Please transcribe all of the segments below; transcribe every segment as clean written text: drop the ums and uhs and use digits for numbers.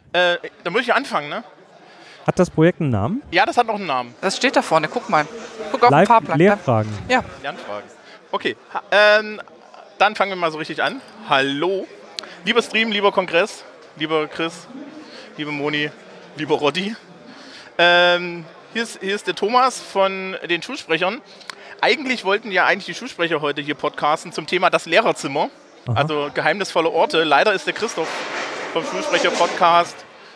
Da muss ich anfangen, ne? Hat das Projekt einen Namen? Ja, das hat noch einen Namen. Das steht da vorne, guck mal. Guck auf den Fahrplan. Lehrfragen. Ja. Lernfragen. Okay, dann fangen wir mal so richtig an. Hallo, lieber Stream, lieber Kongress, lieber Chris, liebe Moni, lieber Roddy. Hier ist der Thomas von den Schulsprechern. Eigentlich wollten ja die Schulsprecher heute hier podcasten zum Thema das Lehrerzimmer, also geheimnisvolle Orte. Leider ist der Christoph vom Schulsprecher-Podcast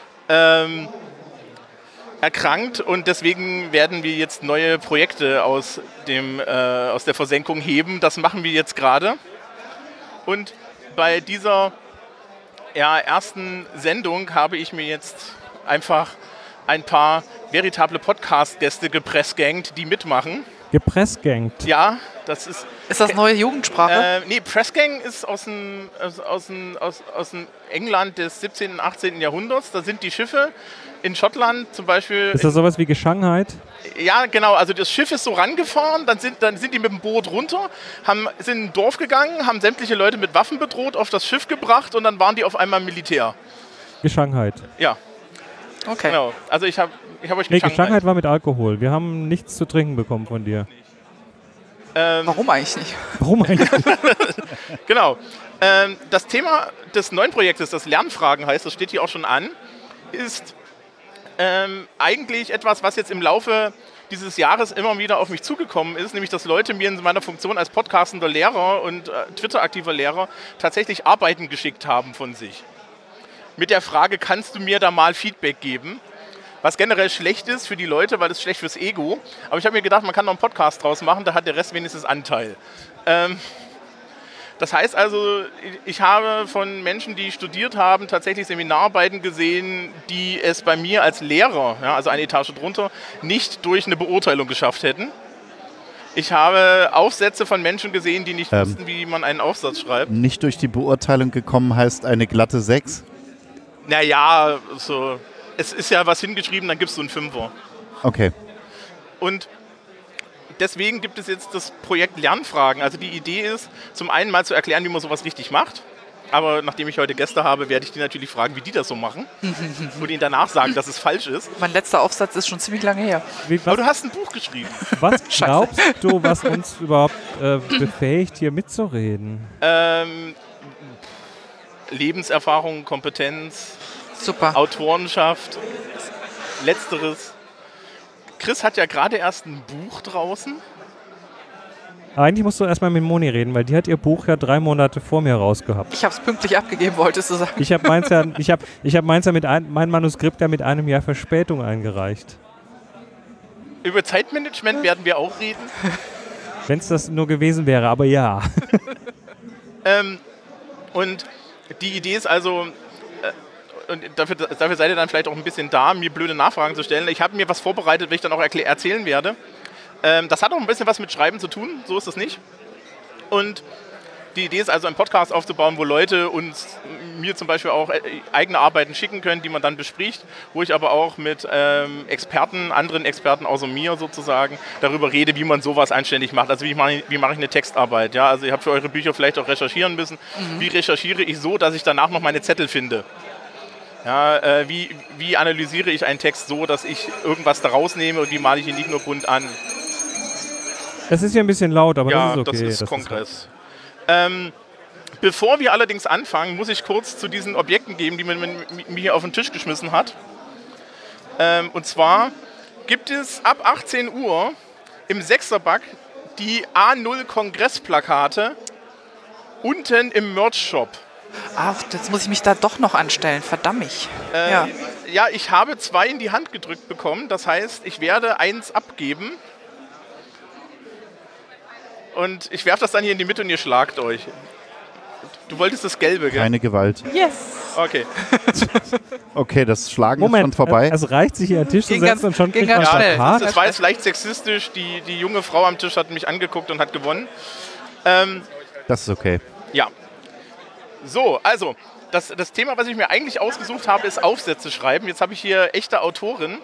erkrankt und deswegen werden wir jetzt neue Projekte aus der Versenkung heben. Das machen wir jetzt gerade. Und bei dieser ersten Sendung habe ich mir jetzt einfach ein paar veritable Podcast-Gäste gepressgangt, die mitmachen. Gepressgangt? Ja, das ist... Ist das neue Jugendsprache? Nee, Pressgang ist aus dem England des 17. und 18. Jahrhunderts. Da sind die Schiffe in Schottland zum Beispiel... Ist das sowas wie Geschangheit? Ja, genau. Also das Schiff ist so rangefahren, dann sind die mit dem Boot runter, sind in ein Dorf gegangen, haben sämtliche Leute mit Waffen bedroht, auf das Schiff gebracht und dann waren die auf einmal Militär. Geschangheit. Ja. Okay. Genau. Also ich hab euch Geschangheit war mit Alkohol. Wir haben nichts zu trinken bekommen von dir. Warum eigentlich nicht? Warum eigentlich nicht? Genau. Das Thema des neuen Projektes, das Lernfragen heißt, das steht hier auch schon an, ist eigentlich etwas, was jetzt im Laufe dieses Jahres immer wieder auf mich zugekommen ist, nämlich dass Leute mir in meiner Funktion als podcastender Lehrer und Twitter-aktiver Lehrer tatsächlich Arbeiten geschickt haben von sich. Mit der Frage, kannst du mir da mal Feedback geben? Was generell schlecht ist für die Leute, weil es schlecht fürs Ego. Aber ich habe mir gedacht, man kann noch einen Podcast draus machen, da hat der Rest wenigstens Anteil. Das heißt also, ich habe von Menschen, die studiert haben, tatsächlich Seminararbeiten gesehen, die es bei mir als Lehrer, also eine Etage drunter, nicht durch eine Beurteilung geschafft hätten. Ich habe Aufsätze von Menschen gesehen, die nicht wussten, wie man einen Aufsatz schreibt. Nicht durch die Beurteilung gekommen heißt eine glatte 6? Naja, so, es ist ja was hingeschrieben, dann gibst du einen Fünfer. Okay. Und deswegen gibt es jetzt das Projekt Lernfragen. Also die Idee ist, zum einen mal zu erklären, wie man sowas richtig macht. Aber nachdem ich heute Gäste habe, werde ich die natürlich fragen, wie die das so machen. Und ihnen danach sagen, dass es falsch ist. Mein letzter Aufsatz ist schon ziemlich lange her. Aber du hast ein Buch geschrieben. Was glaubst du, was uns überhaupt befähigt, hier mitzureden? Lebenserfahrung, Kompetenz, Super. Autorenschaft, Letzteres. Chris hat ja gerade erst ein Buch draußen. Eigentlich musst du erstmal mit Moni reden, weil die hat ihr Buch ja 3 Monate vor mir rausgehabt. Ich habe es pünktlich abgegeben, wolltest du sagen. Ich habe meins ja mein Manuskript ja mit einem Jahr Verspätung eingereicht. Über Zeitmanagement werden wir auch reden. Wenn es das nur gewesen wäre, aber ja. Und die Idee ist also, und dafür seid ihr dann vielleicht auch ein bisschen da, mir blöde Nachfragen zu stellen. Ich habe mir was vorbereitet, was ich dann auch erzählen werde. Das hat auch ein bisschen was mit Schreiben zu tun, so ist es nicht. Und die Idee ist also, einen Podcast aufzubauen, wo Leute mir zum Beispiel auch eigene Arbeiten schicken können, die man dann bespricht, wo ich aber auch mit anderen Experten außer mir sozusagen darüber rede, wie man sowas anständig macht. Also wie mache ich eine Textarbeit? Ja? Also ihr habt für eure Bücher vielleicht auch recherchieren müssen. Wie recherchiere ich so, dass ich danach noch meine Zettel finde? Ja, wie analysiere ich einen Text so, dass ich irgendwas daraus nehme und wie male ich ihn nicht nur bunt an? Das ist ja ein bisschen laut, aber ja, das ist okay. Das ist Kongress. Bevor wir allerdings anfangen, muss ich kurz zu diesen Objekten gehen, die man mir hier auf den Tisch geschmissen hat. Und zwar gibt es ab 18 Uhr im 6er-Back die A0 Kongressplakate unten im Merch-Shop. Ach, jetzt muss ich mich da doch noch anstellen, verdammt. Ja, ich habe 2 in die Hand gedrückt bekommen, das heißt, ich werde 1 abgeben. Und ich werfe das dann hier in die Mitte und ihr schlagt euch. Du wolltest das Gelbe, gell? Keine Gewalt. Yes! Okay. Okay, das Schlagen ist schon vorbei. Es reicht, sich hier an den Tisch zu setzen und schon kriegt man schnell. Plakat. Das war jetzt leicht sexistisch. Die junge Frau am Tisch hat mich angeguckt und hat gewonnen. Das ist okay. Ja. So, also, das Thema, was ich mir eigentlich ausgesucht habe, ist Aufsätze schreiben. Jetzt habe ich hier echte Autorin.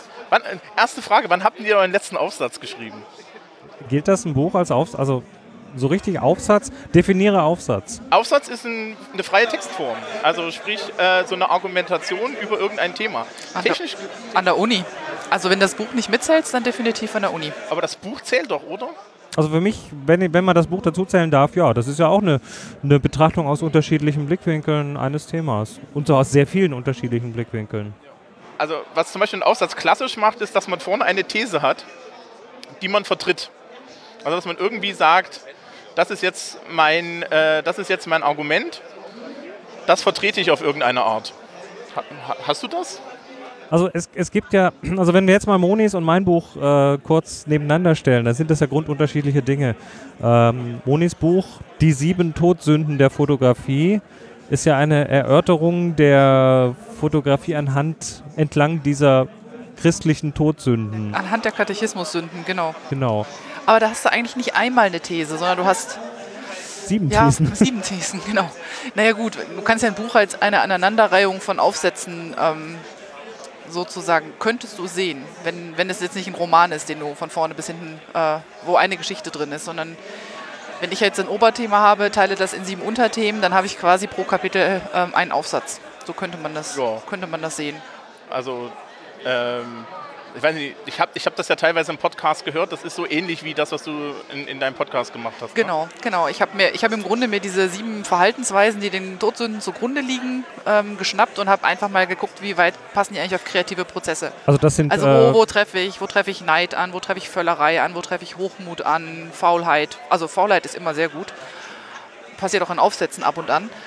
Erste Frage, wann habt ihr euren letzten Aufsatz geschrieben? Gilt das ein Buch als Aufsatz? Also so richtig Aufsatz? Definiere Aufsatz. Aufsatz ist eine freie Textform. Also sprich, so eine Argumentation über irgendein Thema. Technisch, An der Uni. Also wenn das Buch nicht mitzählt, dann definitiv an der Uni. aber das Buch zählt doch, oder? Also für mich, wenn man das Buch dazu zählen darf, ja, das ist ja auch eine Betrachtung aus unterschiedlichen Blickwinkeln eines Themas. Und so aus sehr vielen unterschiedlichen Blickwinkeln. Also was zum Beispiel ein Aufsatz klassisch macht, ist, dass man vorne eine These hat, die man vertritt. Also dass man irgendwie sagt, das ist jetzt mein Argument, das vertrete ich auf irgendeine Art. Hast du das? Also es gibt ja, also wenn wir jetzt mal Monis und mein Buch kurz nebeneinander stellen, dann sind das ja grundunterschiedliche Dinge. Monis Buch, Die 7 Todsünden der Fotografie, ist ja eine Erörterung der Fotografie entlang dieser christlichen Todsünden. Anhand der Katechismussünden, genau. Genau. Aber da hast du eigentlich nicht einmal eine These, sondern du hast 7 Thesen. 7 Thesen, genau. Naja gut, du kannst ja ein Buch als eine Aneinanderreihung von Aufsätzen sozusagen, könntest du sehen, wenn es jetzt nicht ein Roman ist, den du von vorne bis hinten, wo eine Geschichte drin ist, sondern wenn ich jetzt ein Oberthema habe, teile das in 7 Unterthemen, dann habe ich quasi pro Kapitel einen Aufsatz. So könnte man das sehen. Also, ich weiß nicht, ich hab das ja teilweise im Podcast gehört, das ist so ähnlich wie das, was du in deinem Podcast gemacht hast. Genau. Ich habe im Grunde mir diese 7 Verhaltensweisen, die den Todsünden zugrunde liegen, geschnappt und habe einfach mal geguckt, wie weit passen die eigentlich auf kreative Prozesse. Also das sind... Also wo treffe ich Neid an, wo treffe ich Völlerei an, wo treffe ich Hochmut an, Faulheit. Also Faulheit ist immer sehr gut. Passiert auch in Aufsätzen ab und an.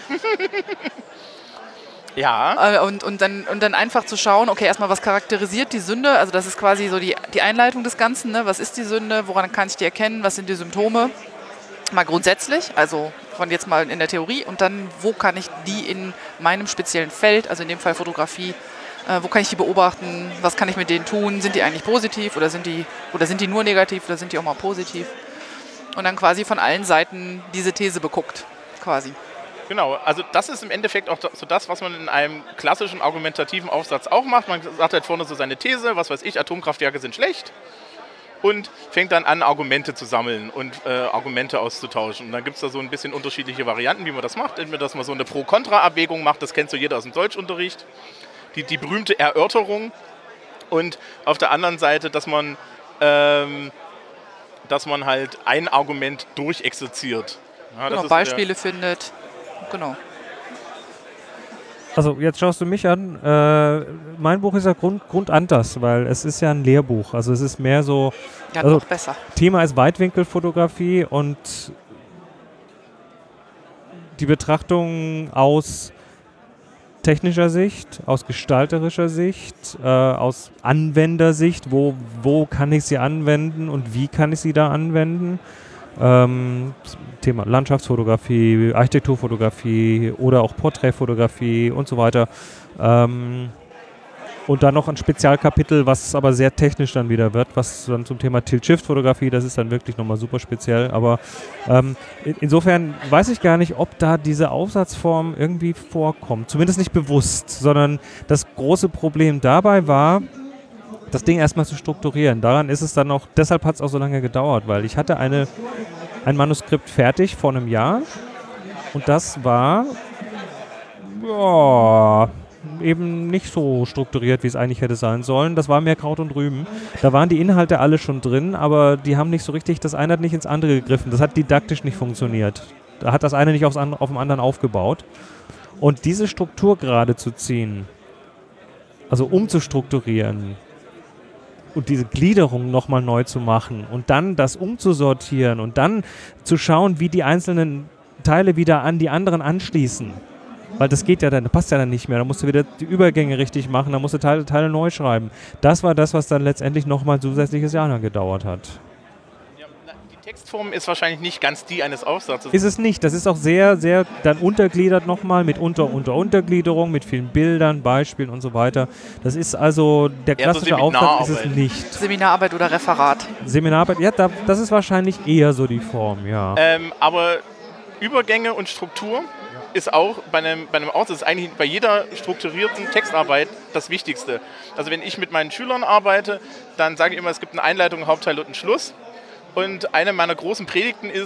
Ja. Und dann einfach zu schauen, okay, erstmal, was charakterisiert die Sünde? Also das ist quasi so die Einleitung des Ganzen. Ne? Was ist die Sünde? Woran kann ich die erkennen? Was sind die Symptome? Mal grundsätzlich, also von jetzt mal in der Theorie. Und dann, wo kann ich die in meinem speziellen Feld, also in dem Fall Fotografie, wo kann ich die beobachten? Was kann ich mit denen tun? Sind die eigentlich positiv oder sind die nur negativ oder sind die auch mal positiv? Und dann quasi von allen Seiten diese These beguckt, quasi. Genau, also das ist im Endeffekt auch so das, was man in einem klassischen argumentativen Aufsatz auch macht. Man sagt halt vorne so seine These, was weiß ich, Atomkraftwerke sind schlecht und fängt dann an, Argumente zu sammeln und Argumente auszutauschen. Und dann gibt es da so ein bisschen unterschiedliche Varianten, wie man das macht. Entweder, dass man so eine Pro-Kontra-Abwägung macht, das kennt so jeder aus dem Deutschunterricht, die berühmte Erörterung. Und auf der anderen Seite, dass man halt ein Argument durchexerziert. Ja, Genau, Beispiele findet. Genau. Also jetzt schaust du mich an. Mein Buch ist ja grundanders, weil es ist ja ein Lehrbuch. Also es ist mehr so... Ja, also noch besser. Thema ist Weitwinkelfotografie und die Betrachtung aus technischer Sicht, aus gestalterischer Sicht, aus Anwendersicht. Wo kann ich sie anwenden und wie kann ich sie da anwenden? Thema Landschaftsfotografie, Architekturfotografie oder auch Porträtfotografie und so weiter. Und dann noch ein Spezialkapitel, was aber sehr technisch dann wieder wird, was dann zum Thema Tilt-Shift-Fotografie, das ist dann wirklich nochmal super speziell. Aber insofern weiß ich gar nicht, ob da diese Aufsatzform irgendwie vorkommt. Zumindest nicht bewusst, sondern das große Problem dabei war, das Ding erstmal zu strukturieren. Daran ist es dann auch, deshalb hat es auch so lange gedauert, weil ich hatte ein Manuskript fertig vor einem Jahr und das war eben nicht so strukturiert, wie es eigentlich hätte sein sollen. Das war mehr Kraut und Rüben. Da waren die Inhalte alle schon drin, aber die haben nicht so richtig, das eine hat nicht ins andere gegriffen. Das hat didaktisch nicht funktioniert. Da hat das eine nicht auf dem anderen aufgebaut. Und diese Struktur gerade zu ziehen, also umzustrukturieren, und diese Gliederung nochmal neu zu machen und dann das umzusortieren und dann zu schauen, wie die einzelnen Teile wieder an die anderen anschließen. Weil das geht ja dann, das passt ja dann nicht mehr. Da musst du wieder die Übergänge richtig machen, da musst du Teile neu schreiben. Das war das, was dann letztendlich nochmal ein zusätzliches Jahr lang gedauert hat. Die Textform ist wahrscheinlich nicht ganz die eines Aufsatzes. Ist es nicht. Das ist auch sehr, sehr dann untergliedert nochmal mit Untergliederung, mit vielen Bildern, Beispielen und so weiter. Das ist also, der klassische Aufsatz ist es nicht. Seminararbeit oder Referat. Seminararbeit, ja, das ist wahrscheinlich eher so die Form, ja. Aber Übergänge und Struktur ist auch bei einem Aufsatz, ist eigentlich bei jeder strukturierten Textarbeit das Wichtigste. Also wenn ich mit meinen Schülern arbeite, dann sage ich immer, es gibt eine Einleitung, einen Hauptteil und einen Schluss. Und eine meiner großen Predigten ist,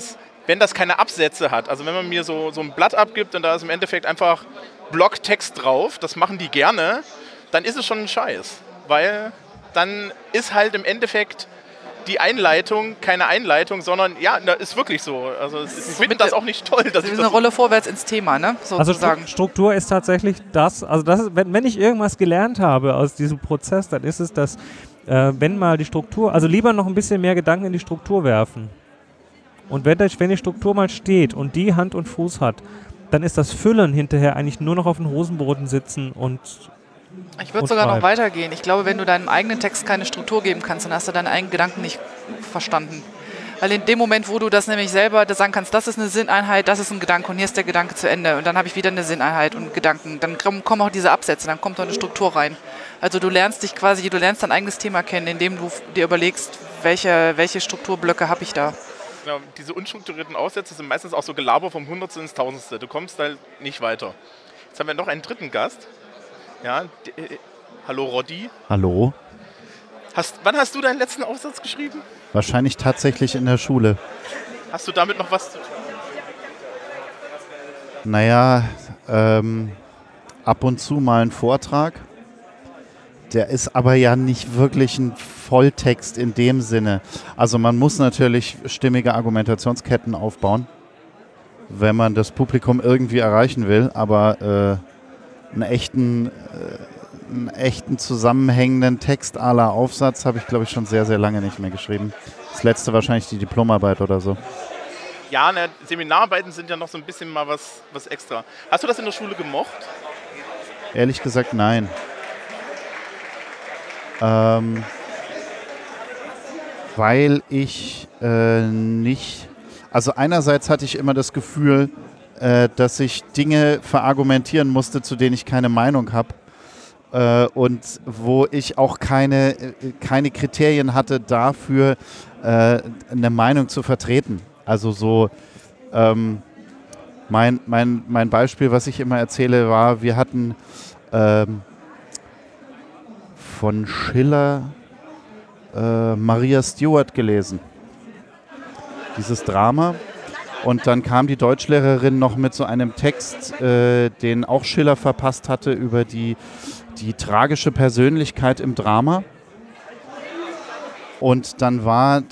wenn das keine Absätze hat, also wenn man mir so ein Blatt abgibt und da ist im Endeffekt einfach Blocktext drauf, das machen die gerne, dann ist es schon ein Scheiß. Weil dann ist halt im Endeffekt die Einleitung keine Einleitung, sondern ja, das ist wirklich so. Also ich finde das auch nicht toll. Das ist eine Rolle vorwärts ins Thema, ne? Sozusagen. Also Struktur ist tatsächlich das, also das ist, wenn ich irgendwas gelernt habe aus diesem Prozess, dann ist es das, wenn mal die Struktur, also lieber noch ein bisschen mehr Gedanken in die Struktur werfen. Und wenn die Struktur mal steht und die Hand und Fuß hat, dann ist das Füllen hinterher eigentlich nur noch auf den Hosenboden sitzen und ich würde sogar noch weitergehen. Ich glaube, wenn du deinem eigenen Text keine Struktur geben kannst, dann hast du deinen eigenen Gedanken nicht verstanden. Weil in dem Moment, wo du das nämlich selber sagen kannst, das ist eine Sinneinheit, das ist ein Gedanke und hier ist der Gedanke zu Ende und dann habe ich wieder eine Sinneinheit und Gedanken, dann kommen auch diese Absätze, dann kommt da eine Struktur rein. Also du lernst dein eigenes Thema kennen, indem du dir überlegst, welche Strukturblöcke habe ich da. Genau, diese unstrukturierten Aufsätze sind meistens auch so Gelaber vom Hundertstel ins Tausendstel. Du kommst halt nicht weiter. Jetzt haben wir noch einen dritten Gast. Ja, hallo Roddy. Hallo. Wann hast du deinen letzten Aufsatz geschrieben? Wahrscheinlich tatsächlich in der Schule. Hast du damit noch was zu tun? Naja, ab und zu mal ein Vortrag. Der ist aber ja nicht wirklich ein Volltext in dem Sinne. Also man muss natürlich stimmige Argumentationsketten aufbauen, wenn man das Publikum irgendwie erreichen will, aber einen echten zusammenhängenden Text à la Aufsatz habe ich, glaube ich, schon sehr, sehr lange nicht mehr geschrieben. Das letzte wahrscheinlich die Diplomarbeit oder so. Ja, Seminararbeiten sind ja noch so ein bisschen mal was extra. Hast du das in der Schule gemocht? Ehrlich gesagt, nein. Weil ich nicht... Also einerseits hatte ich immer das Gefühl, dass ich Dinge verargumentieren musste, zu denen ich keine Meinung habe und wo ich auch keine Kriterien hatte dafür, eine Meinung zu vertreten. Also so mein Beispiel, was ich immer erzähle, war, wir hatten von Schiller Maria Stuart gelesen. Dieses Drama. Und dann kam die Deutschlehrerin noch mit so einem Text, den auch Schiller verpasst hatte, über die tragische Persönlichkeit im Drama. Und dann war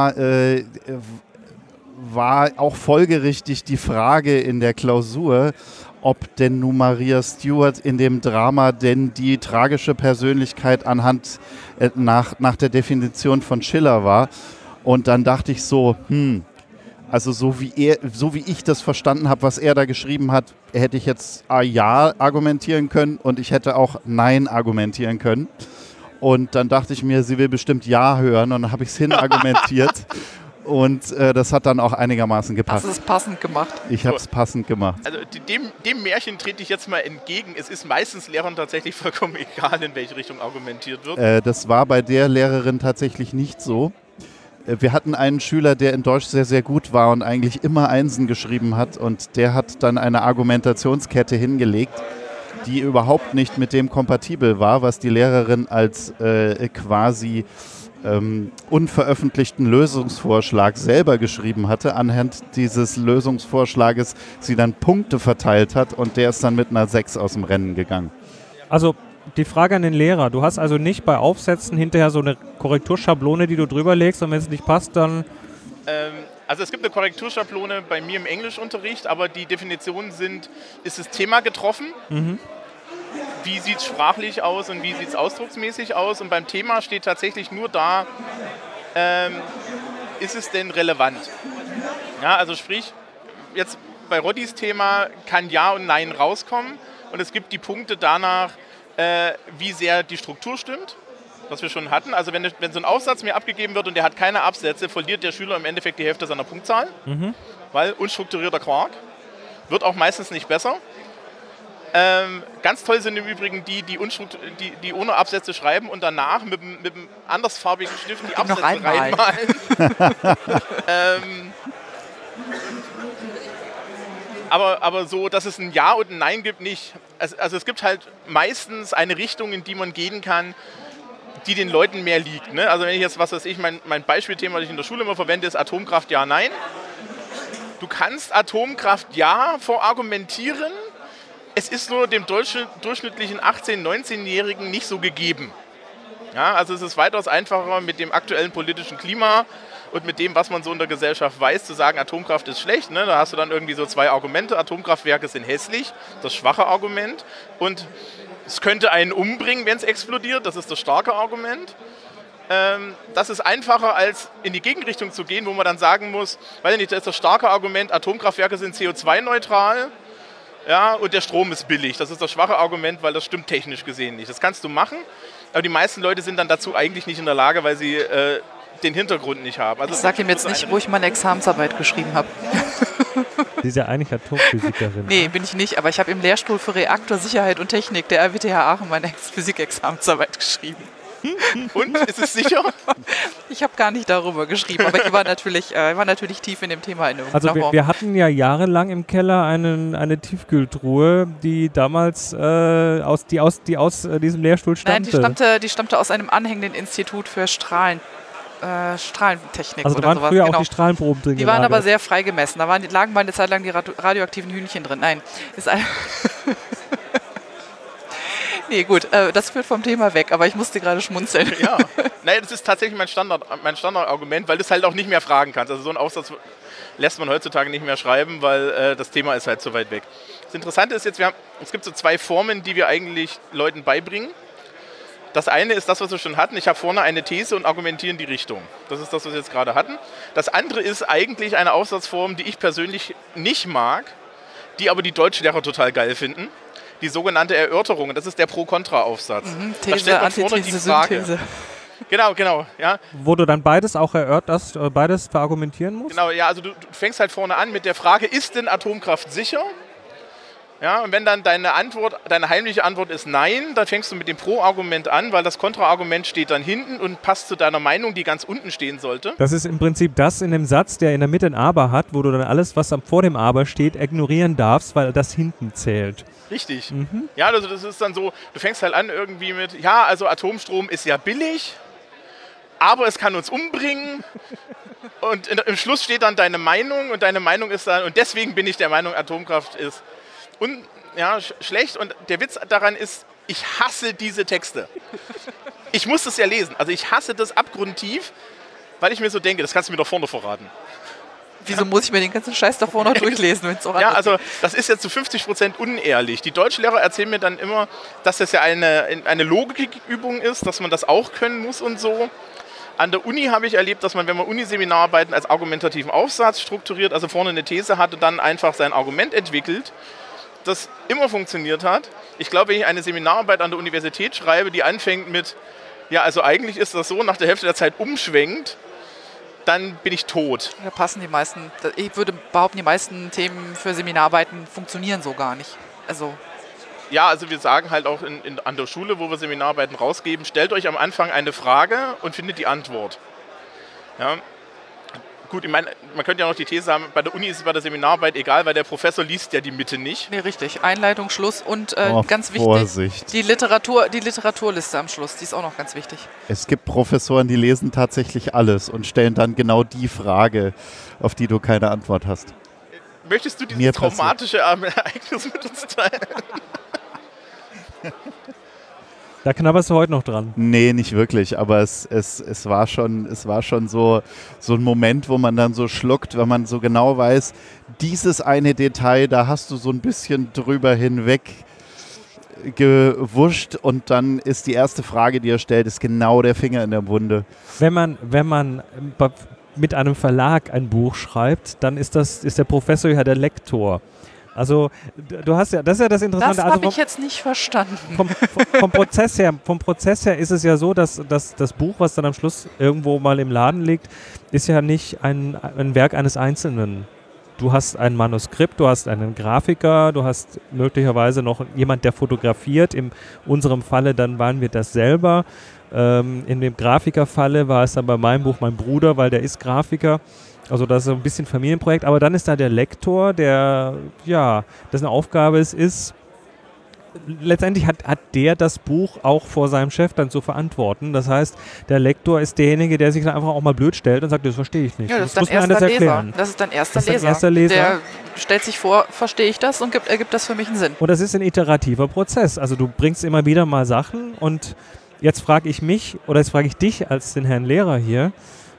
auch folgerichtig die Frage in der Klausur, ob denn nun Maria Stuart in dem Drama denn die tragische Persönlichkeit nach der Definition von Schiller war. Und dann dachte ich so, also so wie ich das verstanden habe, was er da geschrieben hat, hätte ich jetzt Ja argumentieren können und ich hätte auch Nein argumentieren können. Und dann dachte ich mir, sie will bestimmt Ja hören und dann habe ich es hinargumentiert. Und das hat dann auch einigermaßen gepasst. Hast du es passend gemacht? Ich habe es passend gemacht. Also dem Märchen trete ich jetzt mal entgegen. Es ist meistens Lehrern tatsächlich vollkommen egal, in welche Richtung argumentiert wird. Das war bei der Lehrerin tatsächlich nicht so. Wir hatten einen Schüler, der in Deutsch sehr, sehr gut war und eigentlich immer Einsen geschrieben hat. Und der hat dann eine Argumentationskette hingelegt, die überhaupt nicht mit dem kompatibel war, was die Lehrerin als quasi unveröffentlichten Lösungsvorschlag selber geschrieben hatte. Anhand dieses Lösungsvorschlages sie dann Punkte verteilt hat und der ist dann mit einer 6 aus dem Rennen gegangen. Also die Frage an den Lehrer, du hast also nicht bei Aufsätzen hinterher so eine Korrekturschablone, die du drüber legst und wenn es nicht passt, dann... Also es gibt eine Korrekturschablone bei mir im Englischunterricht, aber die Definitionen sind, ist das Thema getroffen? Wie sieht es sprachlich aus und wie sieht es ausdrucksmäßig aus? Und beim Thema steht tatsächlich nur da, ist es denn relevant? Ja, also sprich, jetzt bei Roddys Thema kann Ja und Nein rauskommen und es gibt die Punkte danach, wie sehr die Struktur stimmt, was wir schon hatten. Also wenn so ein Aufsatz mir abgegeben wird und der hat keine Absätze, verliert der Schüler im Endeffekt die Hälfte seiner Punktzahl, weil unstrukturierter Quark wird auch meistens nicht besser. Ganz toll sind im Übrigen die ohne Absätze schreiben und danach mit einem andersfarbigen Stift die Absätze reinmalen. Aber so, dass es ein Ja und ein Nein gibt, nicht. Also es gibt halt meistens eine Richtung, in die man gehen kann, die den Leuten mehr liegt. Ne? Also wenn ich jetzt, was weiß ich, mein Beispielthema, das ich in der Schule immer verwende, ist Atomkraft, Ja, Nein. Du kannst Atomkraft ja verargumentieren, es ist nur dem durchschnittlichen 18-, 19-Jährigen nicht so gegeben. Ja, also es ist weitaus einfacher mit dem aktuellen politischen Klima und mit dem, was man so in der Gesellschaft weiß, zu sagen, Atomkraft ist schlecht. Ne? Da hast du dann irgendwie so zwei Argumente. Atomkraftwerke sind hässlich, das schwache Argument. Und es könnte einen umbringen, wenn es explodiert, das ist das starke Argument. Das ist einfacher, als in die Gegenrichtung zu gehen, wo man dann sagen muss, weiß ich nicht, das ist das starke Argument, Atomkraftwerke sind CO2-neutral. Ja, und der Strom ist billig. Das ist das schwache Argument, weil das stimmt technisch gesehen nicht. Das kannst du machen, aber die meisten Leute sind dann dazu eigentlich nicht in der Lage, weil sie den Hintergrund nicht haben. Also ich sage ihm jetzt nicht, wo ich meine Examensarbeit geschrieben habe. Sie ist ja eigentlich Atomphysikerin. Nee, bin ich nicht, aber ich habe im Lehrstuhl für Reaktorsicherheit und Technik der RWTH Aachen meine Physik-Examensarbeit geschrieben. Und? Ist es sicher? Ich habe gar nicht darüber geschrieben, aber ich war natürlich tief in dem Thema in Also wir hatten ja jahrelang im Keller eine Tiefkühltruhe, die damals aus diesem Lehrstuhl stammte. Nein, die stammte aus einem anhängenden Institut für Strahlentechnik also oder da waren sowas. Früher auch die Strahlenproben drin. Die waren aber sehr frei gemessen. Da lagen mal eine Zeit lang die radioaktiven Hühnchen drin. Nein, ist ein nee, gut, das führt vom Thema weg, aber ich musste gerade schmunzeln. Ja, naja, das ist tatsächlich mein Standardargument, weil du es halt auch nicht mehr fragen kannst. Also so einen Aufsatz lässt man heutzutage nicht mehr schreiben, weil das Thema ist halt so weit weg. Das Interessante ist jetzt, es gibt so zwei Formen, die wir eigentlich Leuten beibringen. Das eine ist das, was wir schon hatten. Ich habe vorne eine These und argumentiere in die Richtung. Das ist das, was wir jetzt gerade hatten. Das andere ist eigentlich eine Aufsatzform, die ich persönlich nicht mag, die aber die Deutschlehrer total geil finden. Die sogenannte Erörterung. Das ist der Pro-Kontra-Aufsatz. These, da stellt man vorne die Frage. Synthese. Genau. Ja. Wo du dann beides auch erörterst, beides verargumentieren musst? Genau, ja, also du fängst halt vorne an mit der Frage, ist denn Atomkraft sicher? Ja, und wenn dann deine heimliche Antwort ist nein, dann fängst du mit dem Pro-Argument an, weil das Kontra-Argument steht dann hinten und passt zu deiner Meinung, die ganz unten stehen sollte. Das ist im Prinzip das in dem Satz, der in der Mitte ein Aber hat, wo du dann alles, was vor dem Aber steht, ignorieren darfst, weil das hinten zählt. Richtig. Ja, also das ist dann so, du fängst halt an irgendwie mit, ja, also Atomstrom ist ja billig, aber es kann uns umbringen. Und im Schluss steht dann deine Meinung und deine Meinung ist dann, und deswegen bin ich der Meinung, Atomkraft ist schlecht. Und der Witz daran ist, ich hasse diese Texte. Ich muss das ja lesen. Also ich hasse das abgrundtief, weil ich mir so denke, das kannst du mir doch vorne verraten. Wieso muss ich mir den ganzen Scheiß davor noch durchlesen, wenn es auch Ja, also das ist jetzt zu 50% unehrlich. Die Deutschlehrer erzählen mir dann immer, dass das ja eine Logikübung ist, dass man das auch können muss und so. An der Uni habe ich erlebt, dass man, wenn man Uniseminararbeiten als argumentativen Aufsatz strukturiert, also vorne eine These hatte, dann einfach sein Argument entwickelt, das immer funktioniert hat. Ich glaube, wenn ich eine Seminararbeit an der Universität schreibe, die anfängt mit, ja, also eigentlich ist das so, nach der Hälfte der Zeit umschwenkt, dann bin ich tot. Da passen die meisten, ich würde behaupten, die meisten Themen für Seminararbeiten funktionieren so gar nicht. Also ja, also wir sagen halt auch an der Schule, wo wir Seminararbeiten rausgeben, stellt euch am Anfang eine Frage und findet die Antwort. Ja. Gut, ich meine, man könnte ja noch die These haben, bei der Uni ist es bei der Seminararbeit egal, weil der Professor liest ja die Mitte nicht. Nee, richtig. Einleitung, Schluss und ganz wichtig, Vorsicht. die Literaturliste am Schluss, die ist auch noch ganz wichtig. Es gibt Professoren, die lesen tatsächlich alles und stellen dann genau die Frage, auf die du keine Antwort hast. Möchtest du dieses traumatische Ereignis mit uns teilen? Da knabberst du heute noch dran. Nee, nicht wirklich, aber es war schon so ein Moment, wo man dann so schluckt, wenn man so genau weiß, dieses eine Detail, da hast du so ein bisschen drüber hinweg gewuscht und dann ist die erste Frage, die er stellt, ist genau der Finger in der Wunde. Wenn man mit einem Verlag ein Buch schreibt, dann ist der Professor ja der Lektor. Also du hast ja, das ist ja das Interessante. Das habe ich jetzt nicht verstanden. Vom Prozess her ist es ja so, dass das Buch, was dann am Schluss irgendwo mal im Laden liegt, ist ja nicht ein Werk eines Einzelnen. Du hast ein Manuskript, du hast einen Grafiker, du hast möglicherweise noch jemand, der fotografiert. In unserem Falle dann waren wir das selber. In dem Grafikerfalle war es dann bei meinem Buch mein Bruder, weil der ist Grafiker. Also das ist so ein bisschen Familienprojekt, aber dann ist da der Lektor, der, ja, dessen Aufgabe es ist, letztendlich hat der das Buch auch vor seinem Chef dann zu verantworten. Das heißt, der Lektor ist derjenige, der sich dann einfach auch mal blöd stellt und sagt, das verstehe ich nicht. Ja, das ist muss dann mir anders erster Leser. erklären. Das ist dann erster Das ist dann Leser. erster Leser. Der stellt sich vor, verstehe ich das und ergibt das für mich einen Sinn. Und das ist ein iterativer Prozess. Also du bringst immer wieder mal Sachen und jetzt frage ich mich, oder jetzt frage ich dich als den Herrn Lehrer hier,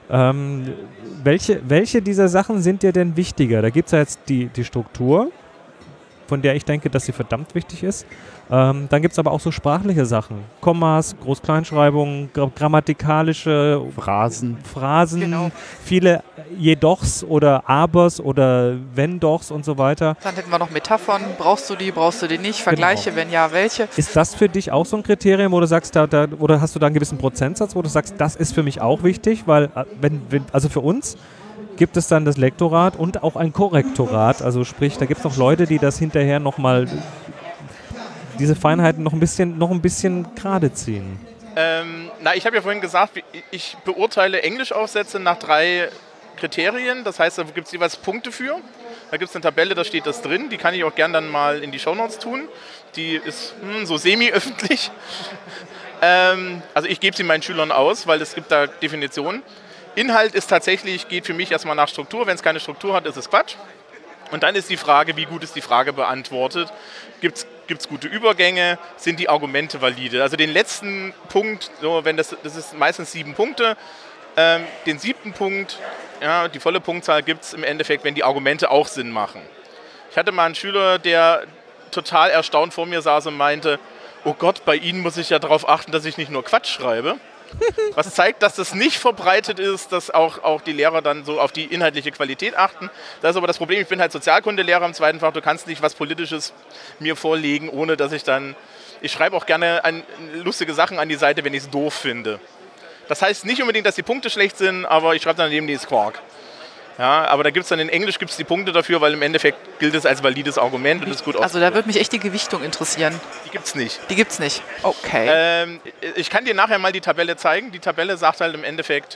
welche dieser Sachen sind dir denn wichtiger? Da gibt es ja jetzt die Struktur, von der ich denke, dass sie verdammt wichtig ist. Dann gibt es aber auch so sprachliche Sachen. Kommas, Groß-Kleinschreibungen, grammatikalische Phrasen, Genau. viele Jedochs oder Abers oder Wenn-Dochs und so weiter. Dann hätten wir noch Metaphern. Brauchst du die nicht? Vergleiche, wenn ja, welche? Ist das für dich auch so ein Kriterium, wo du sagst, oder hast du da einen gewissen Prozentsatz, wo du sagst, das ist für mich auch wichtig? Weil, also für uns gibt es dann das Lektorat und auch ein Korrektorat. Also sprich, da gibt es noch Leute, die das hinterher nochmal, diese Feinheiten noch ein bisschen gerade ziehen. Ich habe ja vorhin gesagt, ich beurteile Englischaufsätze nach 3 Kriterien. Das heißt, da gibt es jeweils Punkte für. Da gibt es eine Tabelle, da steht das drin. Die kann ich auch gern dann mal in die Shownotes tun. Die ist so semi-öffentlich. Also ich gebe sie meinen Schülern aus, weil es gibt da Definitionen. Inhalt ist tatsächlich, geht für mich erstmal nach Struktur. Wenn es keine Struktur hat, ist es Quatsch. Und dann ist die Frage, wie gut ist die Frage beantwortet? Gibt es gute Übergänge? Sind die Argumente valide? Also den letzten Punkt, so, wenn das ist meistens 7 Punkte, den 7. Punkt, ja, die volle Punktzahl gibt es im Endeffekt, wenn die Argumente auch Sinn machen. Ich hatte mal einen Schüler, der total erstaunt vor mir saß und meinte, oh Gott, bei Ihnen muss ich ja darauf achten, dass ich nicht nur Quatsch schreibe. Was zeigt, dass das nicht verbreitet ist, dass auch die Lehrer dann so auf die inhaltliche Qualität achten. Das ist aber das Problem, ich bin halt Sozialkundelehrer im 2. Fach, du kannst nicht was Politisches mir vorlegen, ohne dass ich schreibe auch gerne lustige Sachen an die Seite, wenn ich es doof finde. Das heißt nicht unbedingt, dass die Punkte schlecht sind, aber ich schreibe dann daneben die Quark. Ja, aber da gibt es dann in Englisch die Punkte dafür, weil im Endeffekt gilt es als valides Argument und ist gut Also da würde mich echt die Gewichtung interessieren. Die gibt's nicht. Die gibt's nicht. Okay. Ich kann dir nachher mal die Tabelle zeigen. Die Tabelle sagt halt im Endeffekt,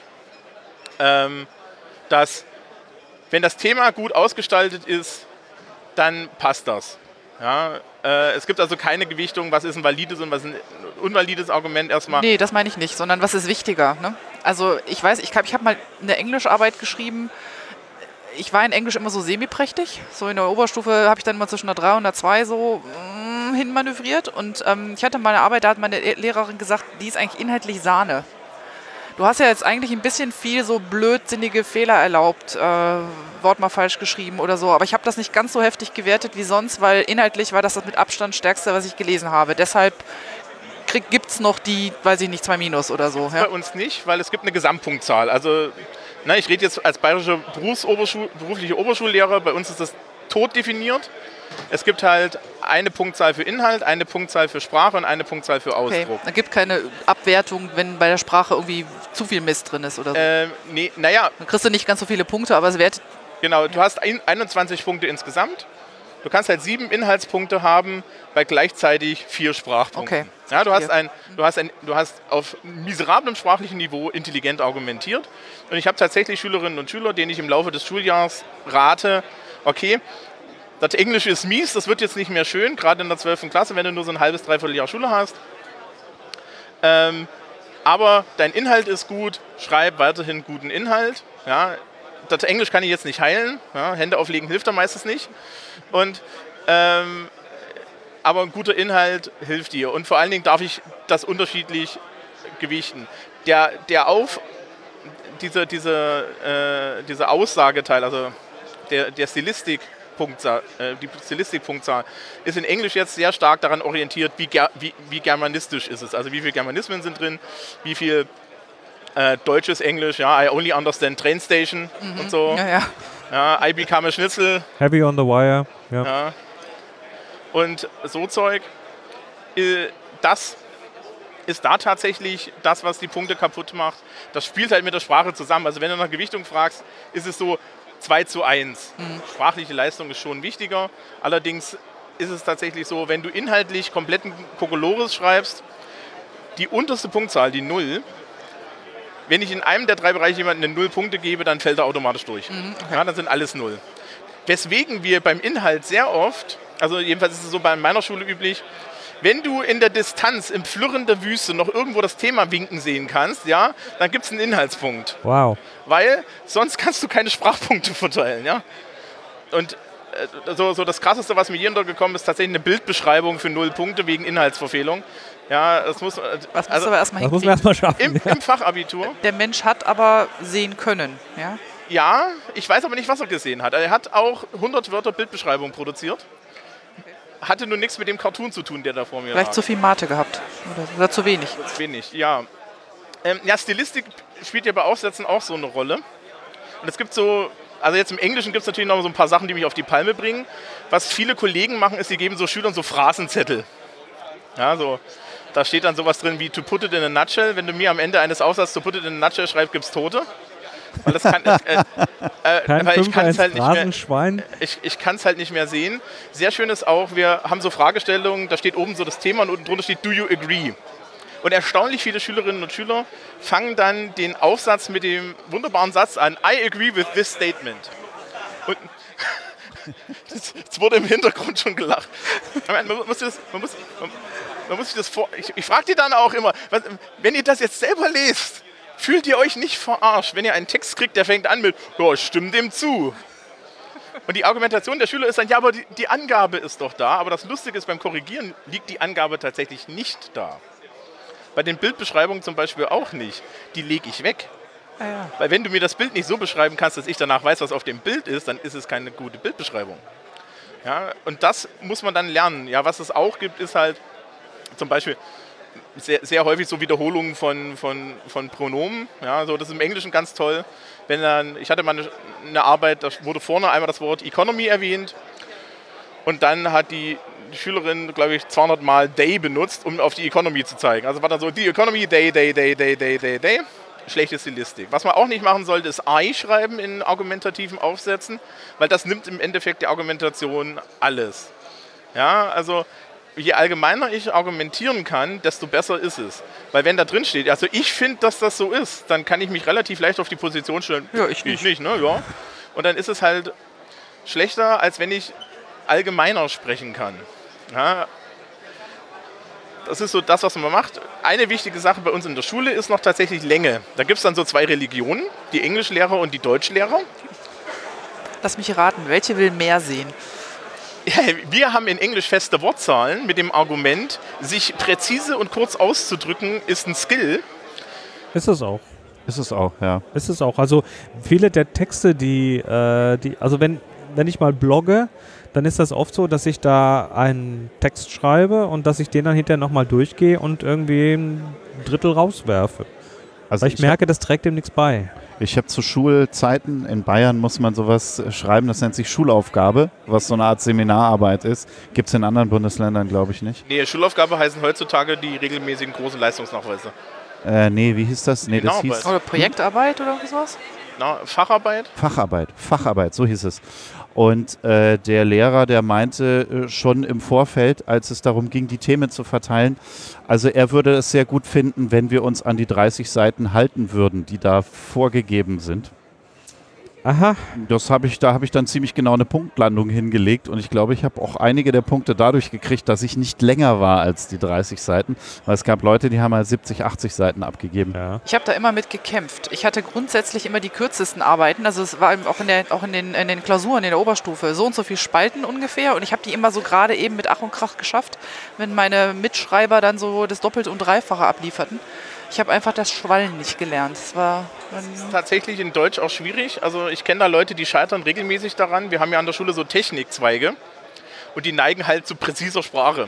dass wenn das Thema gut ausgestaltet ist, dann passt das. Ja, es gibt also keine Gewichtung, was ist ein valides und was ein unvalides Argument erstmal. Nee, das meine ich nicht, sondern was ist wichtiger. Ne? Also ich weiß, ich habe mal eine Englischarbeit geschrieben. Ich war in Englisch immer so semi-prächtig. So in der Oberstufe habe ich dann mal zwischen einer 3 und einer 2 so hinmanövriert. Und ich hatte mal eine Arbeit, da hat meine Lehrerin gesagt, die ist eigentlich inhaltlich Sahne. Du hast ja jetzt eigentlich ein bisschen viel so blödsinnige Fehler erlaubt, Wort mal falsch geschrieben oder so. Aber ich habe das nicht ganz so heftig gewertet wie sonst, weil inhaltlich war das mit Abstand stärkste, was ich gelesen habe. Deshalb gibt es noch die, weiß ich nicht, 2- oder so. Ja? Bei uns nicht, weil es gibt eine Gesamtpunktzahl. Also ich rede jetzt als bayerischer beruflicher Oberschullehrer, bei uns ist das tot definiert. Es gibt halt eine Punktzahl für Inhalt, eine Punktzahl für Sprache und eine Punktzahl für Ausdruck. Okay. Es gibt keine Abwertung, wenn bei der Sprache irgendwie zu viel Mist drin ist oder so. Dann kriegst du nicht ganz so viele Punkte, aber es wertet. Genau, du hast 21 Punkte insgesamt. Du kannst halt 7 Inhaltspunkte haben bei gleichzeitig 4 Sprachpunkten. Okay. Ja, du hast auf miserablem sprachlichen Niveau intelligent argumentiert. Und ich habe tatsächlich Schülerinnen und Schüler, denen ich im Laufe des Schuljahres rate, okay, das Englische ist mies, das wird jetzt nicht mehr schön, gerade in der 12. Klasse, wenn du nur so ein halbes, dreiviertel Jahr Schule hast. Aber dein Inhalt ist gut, schreib weiterhin guten Inhalt. Ja, das Englisch kann ich jetzt nicht heilen, ja, Hände auflegen hilft da meistens nicht. Aber ein guter Inhalt hilft dir. Und vor allen Dingen darf ich das unterschiedlich gewichten. Dieser Aussageteil, also der Stilistikpunktzahl, die Stilistikpunktzahl, ist in Englisch jetzt sehr stark daran orientiert, wie germanistisch ist es. Also wie viele Germanismen sind drin, wie viel deutsches Englisch, ja, I only understand train station und so. Ja, I become a Schnitzel. Heavy on the wire. Ja. Und so Zeug, das ist da tatsächlich das, was die Punkte kaputt macht. Das spielt halt mit der Sprache zusammen. Also wenn du nach Gewichtung fragst, ist es so 2:1. Sprachliche Leistung ist schon wichtiger. Allerdings ist es tatsächlich so, wenn du inhaltlich kompletten Kokolores schreibst, die unterste Punktzahl, die 0, wenn ich in einem der 3 Bereiche jemandem eine 0 Punkte gebe, dann fällt er automatisch durch. Okay. Ja, dann sind alles 0. Weswegen wir beim Inhalt sehr oft, also jedenfalls ist es so bei meiner Schule üblich, Wenn du in der Distanz, im Flirren der Wüste noch irgendwo das Thema winken sehen kannst, ja, dann gibt es einen Inhaltspunkt. Wow. Weil sonst kannst du keine Sprachpunkte verteilen, ja. Und so das Krasseste, was mir hier untergekommen ist, tatsächlich eine Bildbeschreibung für 0 Punkte wegen Inhaltsverfehlung. Ja, das muss, Was musst du aber erstmal Das muss man hinkriegen. erstmal schaffen. im Fachabitur. Der Mensch hat aber sehen können. Ja? Ja, ich weiß aber nicht, was er gesehen hat. Er hat auch 100 Wörter Bildbeschreibung produziert. Hatte nur nichts mit dem Cartoon zu tun, der da vor mir Vielleicht lag. zu viel Mate gehabt. Oder zu wenig. Wenig, ja. Ja, Stilistik spielt ja bei Aufsätzen auch so eine Rolle. Und es gibt so, also jetzt im Englischen gibt es natürlich noch so ein paar Sachen, die mich auf die Palme bringen. Was viele Kollegen machen, ist, sie geben so Schülern so Phrasenzettel. Ja, so, da steht dann sowas drin wie to put it in a nutshell. Wenn du mir am Ende eines Aufsatzes to put it in a nutshell schreibst, gibt es Tote. Weil das kann, Kein weil ich Fünfer kann ins es halt nicht mehr. Phrasenschwein. Ich kann es halt nicht mehr sehen. Sehr schön ist auch, wir haben so Fragestellungen, da steht oben so das Thema und unten drunter steht Do you agree? Und erstaunlich viele Schülerinnen und Schüler fangen dann den Aufsatz mit dem wunderbaren Satz an, I agree with this statement. Und jetzt wurde im Hintergrund schon gelacht. Man muss sich das vor... Ich frage die dann auch immer, wenn ihr das jetzt selber lest, fühlt ihr euch nicht verarscht, wenn ihr einen Text kriegt, der fängt an mit, ja, ich stimme dem zu. Und die Argumentation der Schüler ist dann, ja, aber die Angabe ist doch da. Aber das Lustige ist, beim Korrigieren liegt die Angabe tatsächlich nicht da. Bei den Bildbeschreibungen zum Beispiel auch nicht. Die lege ich weg. Ah, ja. Weil wenn du mir das Bild nicht so beschreiben kannst, dass ich danach weiß, was auf dem Bild ist, dann ist es keine gute Bildbeschreibung. Ja, und das muss man dann lernen. Ja, was es auch gibt, ist halt zum Beispiel sehr, sehr häufig so Wiederholungen von Pronomen. Ja, so, das ist im Englischen ganz toll. Wenn dann, ich hatte mal eine Arbeit, da wurde vorne einmal das Wort Economy erwähnt und dann hat die Schülerin, glaube ich, 200 Mal Day benutzt, um auf die Economy zu zeigen. Also war dann so, die Economy, Day. Schlechte Stilistik. Was man auch nicht machen sollte, ist I schreiben in argumentativen Aufsätzen, weil das nimmt im Endeffekt der Argumentation alles. Ja, also je allgemeiner ich argumentieren kann, desto besser ist es. Weil wenn da drin steht, also ich finde, dass das so ist, dann kann ich mich relativ leicht auf die Position stellen. Ja, ich nicht. Ne? Ja. Und dann ist es halt schlechter, als wenn ich allgemeiner sprechen kann. Ja. Das ist so das, was man macht. Eine wichtige Sache bei uns in der Schule ist noch tatsächlich Länge. Da gibt es dann so 2 Religionen, die Englischlehrer und die Deutschlehrer. Lass mich raten, welche will mehr sehen? Ja, wir haben in Englisch feste Wortzahlen mit dem Argument, sich präzise und kurz auszudrücken, ist ein Skill. Ist es auch. Ist es auch, ja. Ist es auch. Also viele der Texte, also wenn ich mal blogge, dann ist das oft so, dass ich da einen Text schreibe und dass ich den dann hinterher nochmal durchgehe und irgendwie ein Drittel rauswerfe. Also Weil ich merke, das trägt dem nichts bei. Ich habe zu Schulzeiten, in Bayern muss man sowas schreiben, das nennt sich Schulaufgabe, was so eine Art Seminararbeit ist. Gibt es in anderen Bundesländern, glaube ich, nicht. Nee, Schulaufgabe heißen heutzutage die regelmäßigen großen Leistungsnachweise. Nee, wie hieß das? Nee, das hieß Oder Projektarbeit oder sowas? Na, Facharbeit? Facharbeit, so hieß es. Und der Lehrer, der meinte schon im Vorfeld, als es darum ging, die Themen zu verteilen, also er würde es sehr gut finden, wenn wir uns an die 30 Seiten halten würden, die da vorgegeben sind. Aha. Da habe ich dann ziemlich genau eine Punktlandung hingelegt und ich glaube, ich habe auch einige der Punkte dadurch gekriegt, dass ich nicht länger war als die 30 Seiten, weil es gab Leute, die haben halt 70, 80 Seiten abgegeben. Ja. Ich habe da immer mit gekämpft. Ich hatte grundsätzlich immer die kürzesten Arbeiten. Also es war auch in den Klausuren in der Oberstufe so und so viel Spalten ungefähr. Und ich habe die immer so gerade eben mit Ach und Krach geschafft, wenn meine Mitschreiber dann so das Doppelte und Dreifache ablieferten. Ich habe einfach das Schwallen nicht gelernt. Das ist tatsächlich in Deutsch auch schwierig. Also ich kenne da Leute, die scheitern regelmäßig daran. Wir haben ja an der Schule so Technikzweige und die neigen halt zu präziser Sprache.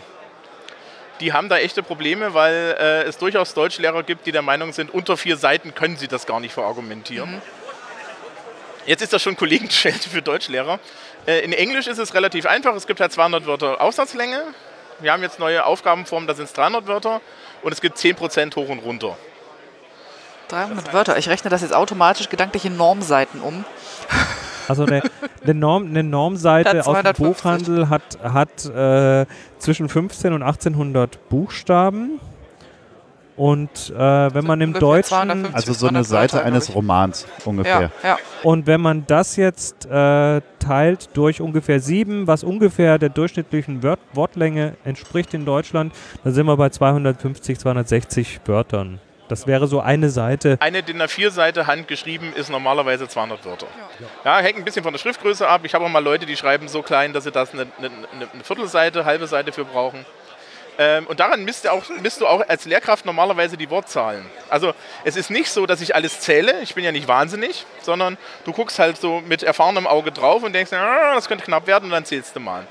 Die haben da echte Probleme, weil es durchaus Deutschlehrer gibt, die der Meinung sind, unter 4 Seiten können sie das gar nicht verargumentieren. Mhm. Jetzt ist das schon Kollegenschelte für Deutschlehrer. In Englisch ist es relativ einfach. Es gibt halt 200 Wörter Aufsatzlänge. Wir haben jetzt neue Aufgabenformen, da sind es 300 Wörter und es gibt 10% hoch und runter. 300 Wörter. Ich rechne das jetzt automatisch gedanklich in Normseiten um. Also eine Normseite aus dem Buchhandel hat zwischen 15 und 1800 Buchstaben Und wenn man im ungefähr Deutschen 250, Also so eine 200 Seite Wörter, eines glaub Romans ich. ungefähr. Ja. und wenn man das jetzt teilt durch ungefähr 7, was ungefähr der durchschnittlichen Wortlänge entspricht in Deutschland, dann sind wir bei 250, 260 Wörtern. Das wäre so eine Seite. Eine DIN A4-Seite handgeschrieben ist normalerweise 200 Wörter. Ja, hängt ein bisschen von der Schriftgröße ab. Ich habe auch mal Leute, die schreiben so klein, dass sie das eine Viertelseite, halbe Seite für brauchen. Und daran misst du auch als Lehrkraft normalerweise die Wortzahlen. Also es ist nicht so, dass ich alles zähle, ich bin ja nicht wahnsinnig, sondern du guckst halt so mit erfahrenem Auge drauf und denkst, das könnte knapp werden und dann zählst du mal.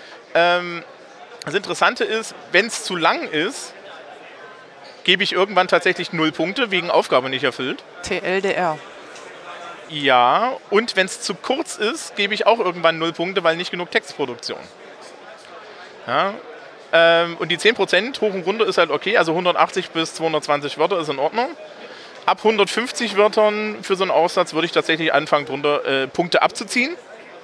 Das Interessante ist, wenn es zu lang ist, gebe ich irgendwann tatsächlich 0 Punkte, wegen Aufgabe nicht erfüllt. TLDR. Ja, und wenn es zu kurz ist, gebe ich auch irgendwann 0 Punkte, weil nicht genug Textproduktion. Ja, und die 10% hoch und runter ist halt okay, also 180 bis 220 Wörter ist in Ordnung. Ab 150 Wörtern für so einen Aufsatz würde ich tatsächlich anfangen, drunter Punkte abzuziehen.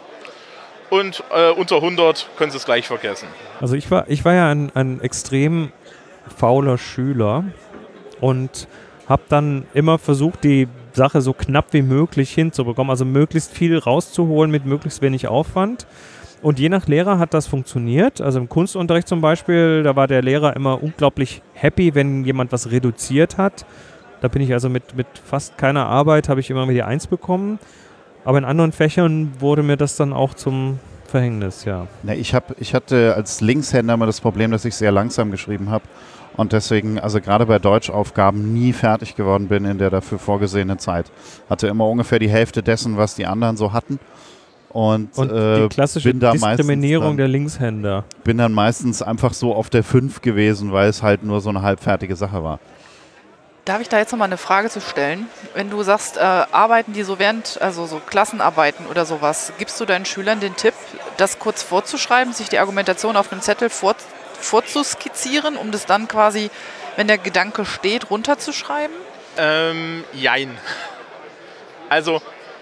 Und unter 100 können Sie es gleich vergessen. Also ich war ja ein extrem fauler Schüler und habe dann immer versucht, die Sache so knapp wie möglich hinzubekommen, also möglichst viel rauszuholen mit möglichst wenig Aufwand. Und je nach Lehrer hat das funktioniert. Also im Kunstunterricht zum Beispiel, da war der Lehrer immer unglaublich happy, wenn jemand was reduziert hat. Da bin ich also mit fast keiner Arbeit, habe ich immer die 1 bekommen. Aber in anderen Fächern wurde mir das dann auch zum Verhängnis, ja. Na, ich hatte als Linkshänder immer das Problem, dass ich sehr langsam geschrieben habe und deswegen, also gerade bei Deutschaufgaben, nie fertig geworden bin in der dafür vorgesehenen Zeit. Hatte immer ungefähr die Hälfte dessen, was die anderen so hatten. Und die klassische bin da Diskriminierung der Linkshänder. Bin dann meistens einfach so auf der 5 gewesen, weil es halt nur so eine halbfertige Sache war. Darf ich da jetzt nochmal eine Frage zu stellen? Wenn du sagst, Arbeiten, die so also so Klassenarbeiten oder sowas, gibst du deinen Schülern den Tipp, das kurz vorzuschreiben, sich die Argumentation auf einem Zettel vorzuskizzieren, um das dann quasi, wenn der Gedanke steht, runterzuschreiben? Jein. Also,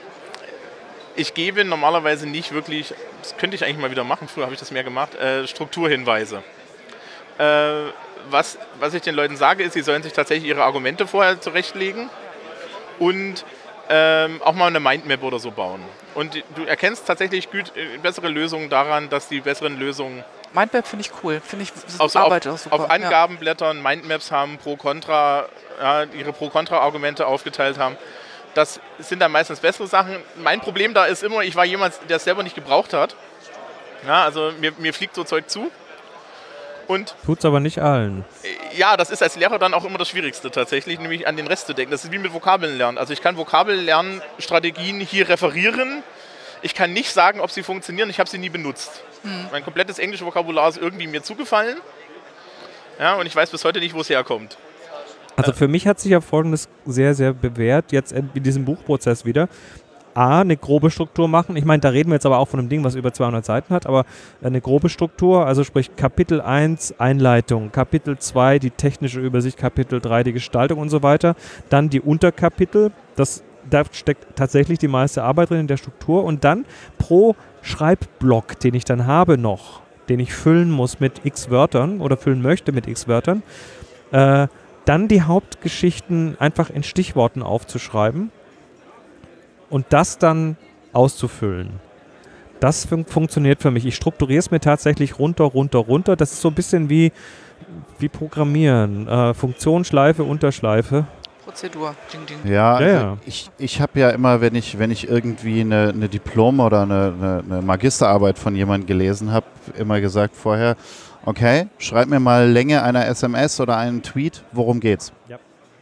ich gebe normalerweise nicht wirklich, das könnte ich eigentlich mal wieder machen, früher habe ich das mehr gemacht, Strukturhinweise. Was ich den Leuten sage, ist, sie sollen sich tatsächlich ihre Argumente vorher zurechtlegen und auch mal eine Mindmap oder so bauen. Und du erkennst tatsächlich bessere Lösungen daran, dass die besseren Lösungen Mindmap finde ich cool. Finde ich arbeite auch super. Auf Angabenblättern Mindmaps haben, ihre Pro-Kontra-Argumente aufgeteilt haben. Das sind dann meistens bessere Sachen. Mein Problem da ist immer, ich war jemand, der es selber nicht gebraucht hat. Ja, also mir fliegt so Zeug zu. Tut's aber nicht allen. Ja, das ist als Lehrer dann auch immer das Schwierigste tatsächlich, nämlich an den Rest zu denken. Das ist wie mit Vokabeln lernen. Also ich kann Vokabellernstrategien hier referieren. Ich kann nicht sagen, ob sie funktionieren. Ich habe sie nie benutzt. Mein komplettes englische Vokabular ist irgendwie mir zugefallen. Ja, und ich weiß bis heute nicht, wo es herkommt. Also für mich hat sich ja Folgendes sehr, sehr bewährt, jetzt in diesem Buchprozess wieder. A, eine grobe Struktur machen. Ich meine, da reden wir jetzt aber auch von einem Ding, was über 200 Seiten hat, aber eine grobe Struktur, also sprich Kapitel 1 Einleitung, Kapitel 2 die technische Übersicht, Kapitel 3 die Gestaltung und so weiter. Dann die Unterkapitel, da steckt tatsächlich die meiste Arbeit drin in der Struktur und dann pro Schreibblock, den ich dann habe noch, den ich füllen muss mit x Wörtern oder füllen möchte mit x Wörtern, dann die Hauptgeschichten einfach in Stichworten aufzuschreiben und das dann auszufüllen. Das funktioniert für mich. Ich strukturiere es mir tatsächlich runter. Das ist so ein bisschen wie Programmieren. Funktion, Schleife, Unterschleife. Prozedur. Ding, ding. Ja, also ich habe ja immer, wenn ich irgendwie eine Diplom- oder eine Magisterarbeit von jemandem gelesen habe, immer gesagt vorher, okay, schreib mir mal Länge einer SMS oder einen Tweet, worum geht's? Ja.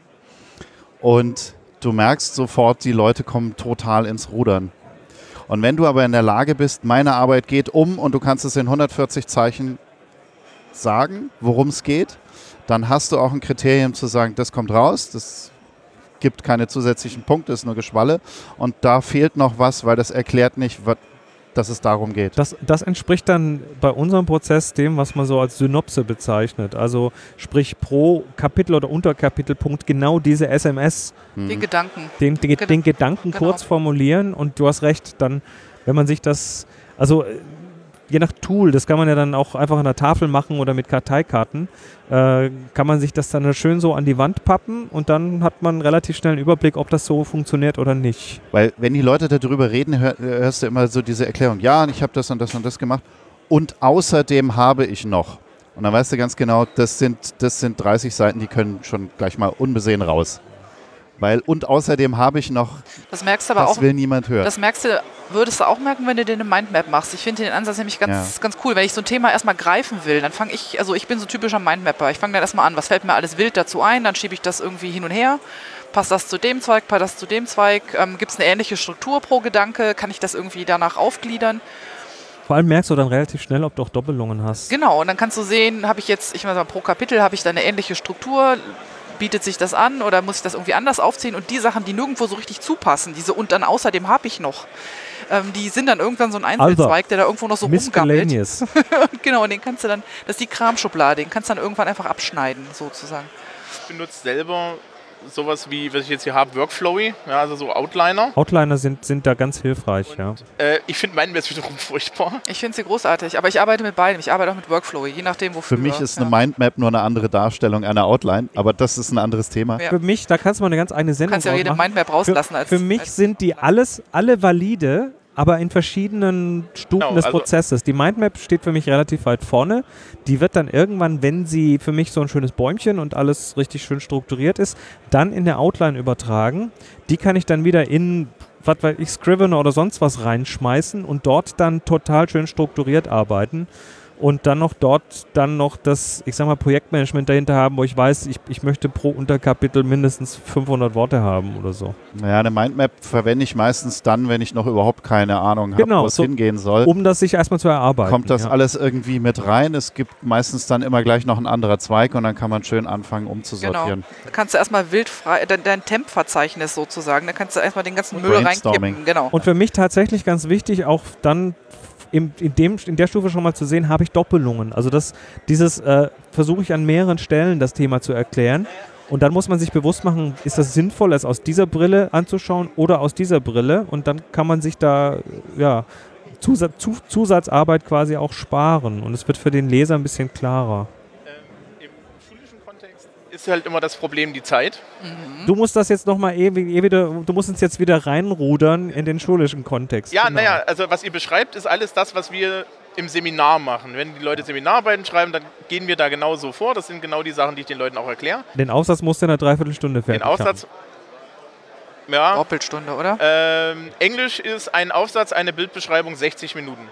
Und du merkst sofort, die Leute kommen total ins Rudern. Und wenn du aber in der Lage bist, meine Arbeit geht und du kannst es in 140 Zeichen sagen, worum es geht, dann hast du auch ein Kriterium zu sagen, das kommt raus, das gibt keine zusätzlichen Punkte, ist nur Geschwalle und da fehlt noch was, weil das erklärt nicht, dass es darum geht. Das entspricht dann bei unserem Prozess dem, was man so als Synopse bezeichnet. Also sprich pro Kapitel oder Unterkapitelpunkt genau diese SMS. Den Gedanken. Den Gedanken kurz formulieren und du hast recht, dann, wenn man sich das, also je nach Tool, das kann man ja dann auch einfach an der Tafel machen oder mit Karteikarten, kann man sich das dann schön so an die Wand pappen und dann hat man relativ schnell einen Überblick, ob das so funktioniert oder nicht. Weil wenn die Leute darüber reden, hörst du immer so diese Erklärung, ja, ich habe das und das und das gemacht und außerdem habe ich noch. Und dann weißt du ganz genau, das sind 30 Seiten, die können schon gleich mal unbesehen raus. Weil, und außerdem habe ich noch, Das merkst du aber das auch. will niemand hören. Das würdest du auch merken, wenn du dir eine Mindmap machst. Ich finde den Ansatz nämlich ganz cool. Wenn ich so ein Thema erstmal greifen will, dann fange ich, also ich bin so ein typischer Mindmapper. Ich fange dann erstmal an, was fällt mir alles wild dazu ein, dann schiebe ich das irgendwie hin und her. Passt das zu dem Zweig, passt das zu dem Zweig? Gibt es eine ähnliche Struktur pro Gedanke? Kann ich das irgendwie danach aufgliedern? Vor allem merkst du dann relativ schnell, ob du auch Doppelungen hast. Genau, und dann kannst du sehen, habe ich jetzt, ich meine mal, pro Kapitel habe ich da eine ähnliche Struktur, bietet sich das an oder muss ich das irgendwie anders aufziehen? Und die Sachen, die nirgendwo so richtig zupassen, diese und dann außerdem habe ich noch, die sind dann irgendwann so ein Einzelzweig, der da irgendwo noch so rumgammelt. Miscellaneous. Genau, und den kannst du dann, das ist die Kramschublade, den kannst du dann irgendwann einfach abschneiden, sozusagen. Ich benutze selber sowas wie, was ich jetzt hier habe, Workflowy, ja, also so Outliner. Outliner sind da ganz hilfreich, ja. Ich finde meinen jetzt wiederum furchtbar. Ich finde sie großartig, aber ich arbeite mit beidem. Ich arbeite auch mit Workflowy, je nachdem, wofür. Für mich ist eine Mindmap nur eine andere Darstellung einer Outline, aber das ist ein anderes Thema. Ja. Für mich, da kannst du mal eine ganz eigene Sendung Du kannst ja jede machen. Mindmap rauslassen. Für mich sind die alle valide, aber in verschiedenen Stufen Genau, des also Prozesses. Die Mindmap steht für mich relativ weit vorne. Die wird dann irgendwann, wenn sie für mich so ein schönes Bäumchen und alles richtig schön strukturiert ist, dann in der Outline übertragen. Die kann ich dann wieder in, was weiß ich, Scrivener oder sonst was reinschmeißen und dort dann total schön strukturiert arbeiten. Und dann noch dort das, ich sag mal, Projektmanagement dahinter haben, wo ich weiß, ich möchte pro Unterkapitel mindestens 500 Worte haben oder so. Naja, eine Mindmap verwende ich meistens dann, wenn ich noch überhaupt keine Ahnung habe, Genau, wo es so, hingehen soll. um das sich erstmal zu erarbeiten. Kommt das alles irgendwie mit rein. Es gibt meistens dann immer gleich noch ein anderer Zweig und dann kann man schön anfangen umzusortieren. Genau. Da kannst du erstmal wildfrei, dein Temp-Verzeichnis sozusagen, da kannst du erstmal den ganzen Müll Brainstorming. reinkippen. Genau. Und für mich tatsächlich ganz wichtig, auch dann in der Stufe schon mal zu sehen, habe ich Doppelungen. Also versuche ich an mehreren Stellen das Thema zu erklären. Und dann muss man sich bewusst machen, ist das sinnvoll, es aus dieser Brille anzuschauen oder aus dieser Brille? Und dann kann man sich da Zusatzarbeit quasi auch sparen. Und es wird für den Leser ein bisschen klarer. Im schulischen Kontext ist halt immer das Problem die Zeit. Du musst das jetzt nochmal du musst uns jetzt wieder reinrudern in den schulischen Kontext. Ja, Genau. naja, also was ihr beschreibt, ist alles das, was wir im Seminar machen. Wenn die Leute Seminararbeiten schreiben, dann gehen wir da genau so vor. Das sind genau die Sachen, die ich den Leuten auch erkläre. Den Aufsatz musst du in einer Dreiviertelstunde fertig Den Aufsatz, ja. Doppelstunde, oder? Englisch ist ein Aufsatz, eine Bildbeschreibung 60 Minuten.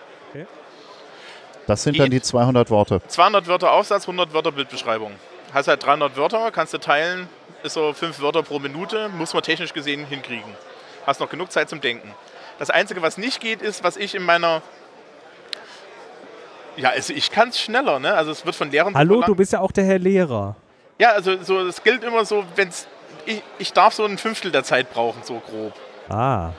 Das sind dann die 200 Worte. 200 Wörter Aufsatz, 100 Wörter Bildbeschreibung. Hast halt 300 Wörter, kannst du teilen, ist so 5 Wörter pro Minute, muss man technisch gesehen hinkriegen. Hast noch genug Zeit zum Denken. Das Einzige, was nicht geht, ist, was ich in meiner... Ja, also ich kann es schneller, ne? Also es wird von Lehrern... Hallo, du bist ja auch der Herr Lehrer. Ja, also so, es gilt immer so, wenn's... Ich darf so ein Fünftel der Zeit brauchen, so grob. Ah.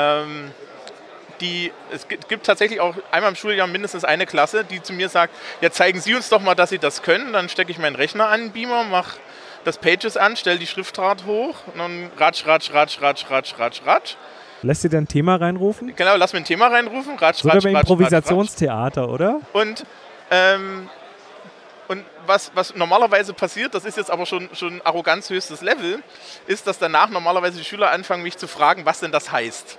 Es gibt tatsächlich auch einmal im Schuljahr mindestens eine Klasse, die zu mir sagt, ja, zeigen Sie uns doch mal, dass Sie das können. Dann stecke ich meinen Rechner an den Beamer, mache das Pages an, stelle die Schriftart hoch und dann ratsch. Lässt dir dein Thema reinrufen? Genau, lass mir ein Thema reinrufen, ratsch. Sogar beim Improvisationstheater, oder? Und was normalerweise passiert, das ist jetzt aber schon Arroganz höchstes Level, ist, dass danach normalerweise die Schüler anfangen, mich zu fragen, was denn das heißt.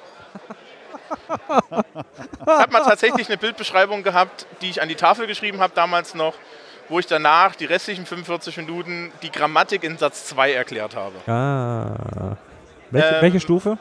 Ich habe mal tatsächlich eine Bildbeschreibung gehabt, die ich an die Tafel geschrieben habe, damals noch, wo ich danach die restlichen 45 Minuten die Grammatik in Satz 2 erklärt habe. Ah. Welche Stufe?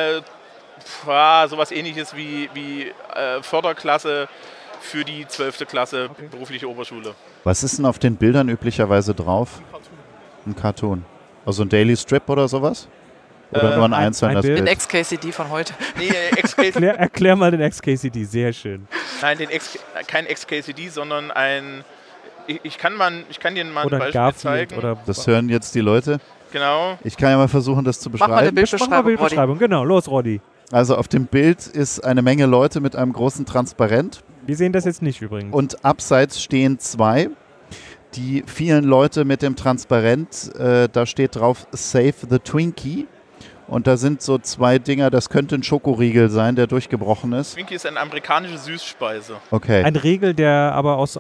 Sowas ähnliches wie Förderklasse für die 12. Klasse berufliche Oberschule. Was ist denn auf den Bildern üblicherweise drauf? Ein Cartoon. Also ein Daily Strip oder sowas? Oder nur ein einzelnes Bild? Den Bild? XKCD von heute. Nee, XKCD. Erklär mal den XKCD, sehr schön. Nein, kein XKCD, sondern ein... Ich kann dir mal Oder ein Beispiel Garfield zeigen. oder Das hören jetzt die Leute. Genau. Ich kann ja mal versuchen, das zu Mach mal eine beschreiben. Mach mal Bildbeschreibung, Roddy. Bildbeschreibung, genau. Los, Roddy. Also auf dem Bild ist eine Menge Leute mit einem großen Transparent Wir sehen das jetzt nicht übrigens. und abseits stehen zwei. Die vielen Leute mit dem Transparent, da steht drauf Save the Twinkie. Und da sind so 2 Dinger, das könnte ein Schokoriegel sein, der durchgebrochen ist. Twinkie ist eine amerikanische Süßspeise. Okay. Ein Riegel, der aber aus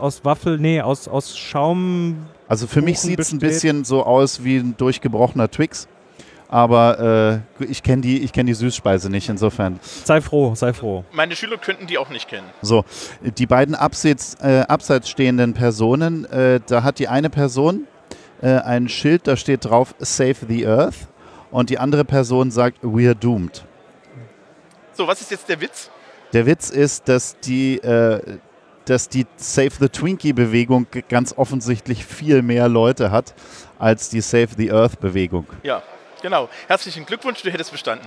Schaum. Also für mich Kuchen sieht es ein besteht. bisschen so aus wie ein durchgebrochener Twix. Aber ich kenn die Süßspeise nicht, insofern. Sei froh, sei froh. Meine Schüler könnten die auch nicht kennen. So, die beiden abseits stehenden Personen, da hat die eine Person ein Schild, da steht drauf Save the Earth und die andere Person sagt We're doomed. So, was ist jetzt der Witz? Der Witz ist, dass die Save the Twinkie-Bewegung ganz offensichtlich viel mehr Leute hat als die Save the Earth-Bewegung. Ja, genau. Herzlichen Glückwunsch, du hättest bestanden.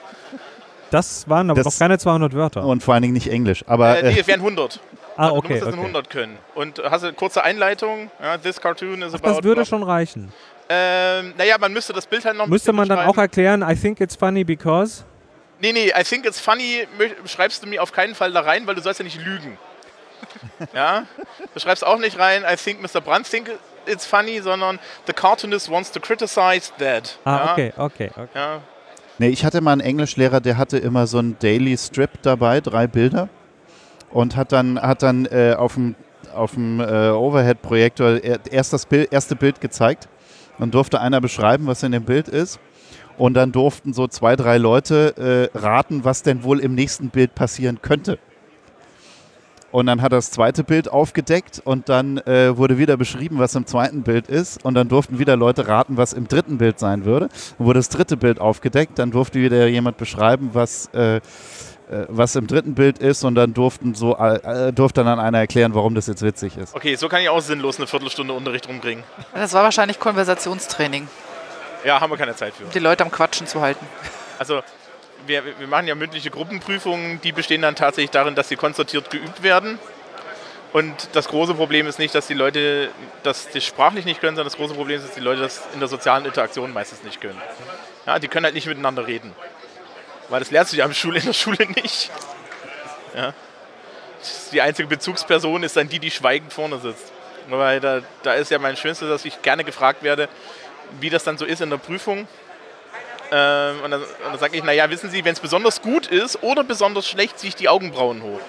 Das waren aber Das- noch keine 200 Wörter. Und vor allen Dingen nicht Englisch. Aber Nee, es wären 100. Ah, Du okay. musst das in 100 können. Und hast eine kurze Einleitung. Ja, this cartoon is Ach, about... das würde schon reichen. Naja, man müsste das Bild halt noch ein Müsste bisschen man dann auch beschreiben. erklären, I think it's funny because? Nee, I think it's funny schreibst du mir auf keinen Fall da rein, weil du sollst ja nicht lügen. Ja? Du schreibst auch nicht rein, I think Mr. Brandt think it's funny, sondern the cartoonist wants to criticize that. Ah, ja? okay. Ja. nee, ich hatte mal einen Englischlehrer, der hatte immer so einen Daily Strip dabei, 3 Bilder. Und hat dann auf dem Overhead-Projektor erst das erste Bild gezeigt. Dann durfte einer beschreiben, was in dem Bild ist. Und dann durften so 2, 3 Leute raten, was denn wohl im nächsten Bild passieren könnte. Und dann hat er das zweite Bild aufgedeckt und dann wurde wieder beschrieben, was im zweiten Bild ist. Und dann durften wieder Leute raten, was im dritten Bild sein würde. Dann wurde das dritte Bild aufgedeckt, dann durfte wieder jemand beschreiben, was im dritten Bild ist. Und dann durfte dann einer erklären, warum das jetzt witzig ist. Okay, so kann ich auch sinnlos eine Viertelstunde Unterricht rumbringen. Das war wahrscheinlich Konversationstraining, Ja, haben wir keine Zeit für. um die Leute am Quatschen zu halten. Also, wir machen ja mündliche Gruppenprüfungen, die bestehen dann tatsächlich darin, dass sie konzertiert geübt werden. Und das große Problem ist nicht, dass die Leute das sprachlich nicht können, sondern das große Problem ist, dass die Leute das in der sozialen Interaktion meistens nicht können. Ja, die können halt nicht miteinander reden. Weil das lernst du ja in der Schule nicht. Ja. Die einzige Bezugsperson ist dann die schweigend vorne sitzt. Weil da ist ja mein Schönstes, dass ich gerne gefragt werde, wie das dann so ist in der Prüfung. Und dann sage ich, naja, wissen Sie, wenn es besonders gut ist oder besonders schlecht, ziehe ich die Augenbrauen hoch.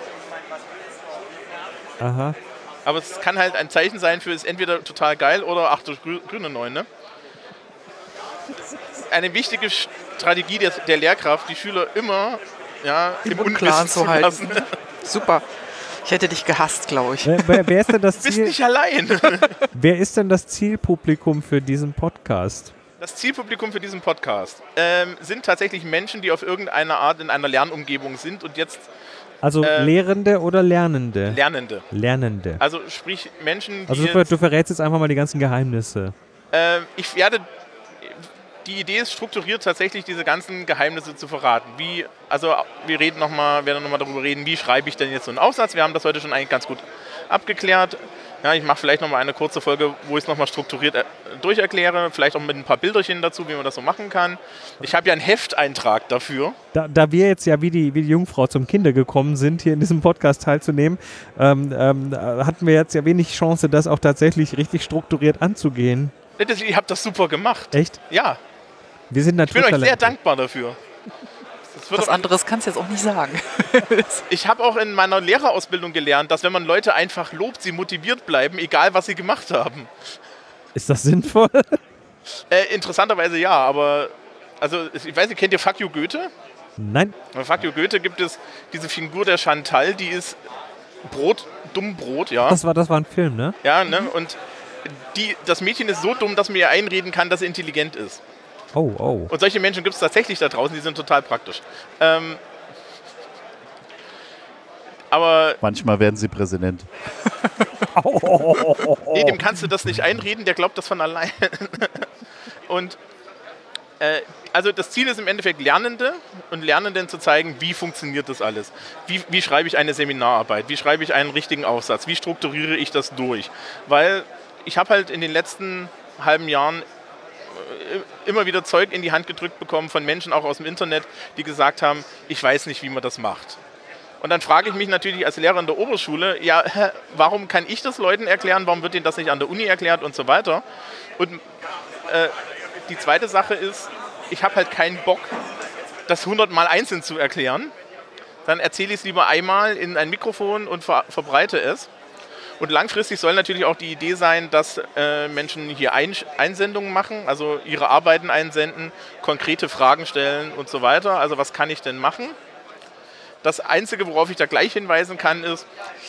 Aha. Aber es kann halt ein Zeichen sein für, ist entweder total geil oder, ach du grüne Neune. Eine wichtige Strategie der Lehrkraft, die Schüler immer im Unklaren Unwissen zu zu halten. lassen. Super. Ich hätte dich gehasst, glaube ich. Wer ist denn das Du bist Ziel? nicht allein. Wer ist denn das Zielpublikum für diesen Podcast? Das Zielpublikum für diesen Podcast sind tatsächlich Menschen, die auf irgendeine Art in einer Lernumgebung sind und jetzt Also Lehrende oder Lernende? Lernende. Lernende. Also sprich Menschen, die Also du verrätst jetzt einfach mal die ganzen Geheimnisse. Die Idee ist strukturiert tatsächlich, diese ganzen Geheimnisse zu verraten. Wir werden nochmal darüber reden, wie schreibe ich denn jetzt so einen Aufsatz. Wir haben das heute schon eigentlich ganz gut abgeklärt. Ja, ich mache vielleicht nochmal eine kurze Folge, wo ich es nochmal strukturiert durcherkläre, vielleicht auch mit ein paar Bilderchen dazu, wie man das so machen kann. Ich habe ja einen Hefteintrag dafür. Da wir jetzt ja wie die Jungfrau zum Kinder gekommen sind, hier in diesem Podcast teilzunehmen, hatten wir jetzt ja wenig Chance, das auch tatsächlich richtig strukturiert anzugehen. Ihr habt das super gemacht. Echt? Ja, Wir sind ich bin euch sehr Naturtalente. dankbar dafür. Das wird Was auch- anderes kannst du jetzt auch nicht sagen. Ich habe auch in meiner Lehrerausbildung gelernt, dass wenn man Leute einfach lobt, sie motiviert bleiben, egal was sie gemacht haben. Ist das sinnvoll? Interessanterweise ja, aber also ich weiß nicht, kennt ihr Fuck you Goethe? Nein. Bei Fuck you Goethe gibt es diese Figur der Chantal, die ist Dummbrot, ja. Das war ein Film, ne? Ja, ne? Und das Mädchen ist so dumm, dass man ihr einreden kann, dass sie intelligent ist. Oh. Und solche Menschen gibt es tatsächlich da draußen, die sind total praktisch. Aber Manchmal werden sie Präsident. nee, dem kannst du das nicht einreden, der glaubt das von allein. Und also das Ziel ist im Endeffekt Lernende und Lernenden zu zeigen, wie funktioniert das alles. Wie schreibe ich eine Seminararbeit, wie schreibe ich einen richtigen Aufsatz, wie strukturiere ich das durch. Weil ich habe halt in den letzten halben Jahren immer wieder Zeug in die Hand gedrückt bekommen von Menschen, auch aus dem Internet, die gesagt haben, ich weiß nicht, wie man das macht. Und dann frage ich mich natürlich als Lehrer in der Oberschule, ja, warum kann ich das Leuten erklären, warum wird denen das nicht an der Uni erklärt und so weiter. Und die zweite Sache ist, ich habe halt keinen Bock, das 100 Mal einzeln zu erklären. Dann erzähle ich es lieber einmal in ein Mikrofon und verbreite es. Und langfristig soll natürlich auch die Idee sein, dass Menschen hier Einsendungen machen, also ihre Arbeiten einsenden, konkrete Fragen stellen und so weiter. Also was kann ich denn machen? Das Einzige, worauf ich da gleich hinweisen kann, ist,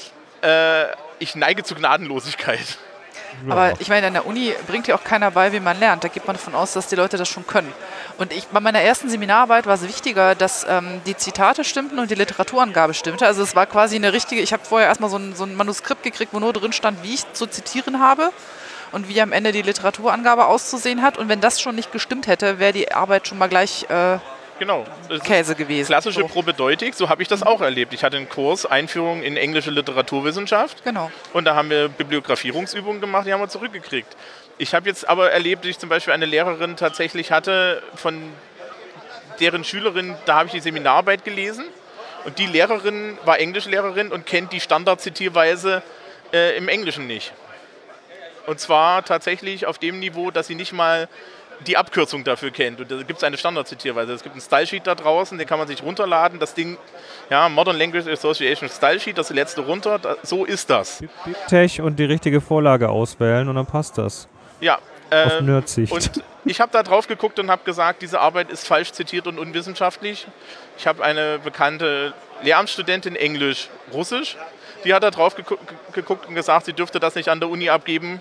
ich neige zu Gnadenlosigkeit. Aber ich meine, an der Uni bringt ja auch keiner bei, wie man lernt. Da geht man davon aus, dass die Leute das schon können. Und bei meiner ersten Seminararbeit war es wichtiger, dass die Zitate stimmten und die Literaturangabe stimmte. Also es war quasi eine richtige, ich habe vorher erstmal so ein Manuskript gekriegt, wo nur drin stand, wie ich zu zitieren habe und wie am Ende die Literaturangabe auszusehen hat. Und wenn das schon nicht gestimmt hätte, wäre die Arbeit schon mal gleich Genau. Käse gewesen. Klassische So. Propedeutik, so habe ich das auch erlebt. Ich hatte einen Kurs Einführung in englische Literaturwissenschaft. Genau. Und da haben wir Bibliografierungsübungen gemacht, die haben wir zurückgekriegt. Ich habe jetzt aber erlebt, dass ich zum Beispiel eine Lehrerin tatsächlich hatte, von deren Schülerin, da habe ich die Seminararbeit gelesen. Und die Lehrerin war Englischlehrerin und kennt die Standardzitierweise im Englischen nicht. Und zwar tatsächlich auf dem Niveau, dass sie nicht mal die Abkürzung dafür kennt. Und da gibt es eine Standardzitierweise. Es gibt einen Style-Sheet da draußen, den kann man sich runterladen. Das Ding, ja, Modern Language Association Style-Sheet, das letzte runter, so ist das. Tech und die richtige Vorlage auswählen und dann passt das. Ja. Aus Nerdsicht. Und ich habe da drauf geguckt und habe gesagt, diese Arbeit ist falsch zitiert und unwissenschaftlich. Ich habe eine bekannte Lehramtsstudentin Englisch-Russisch, die hat da drauf geguckt und gesagt, sie dürfte das nicht an der Uni abgeben.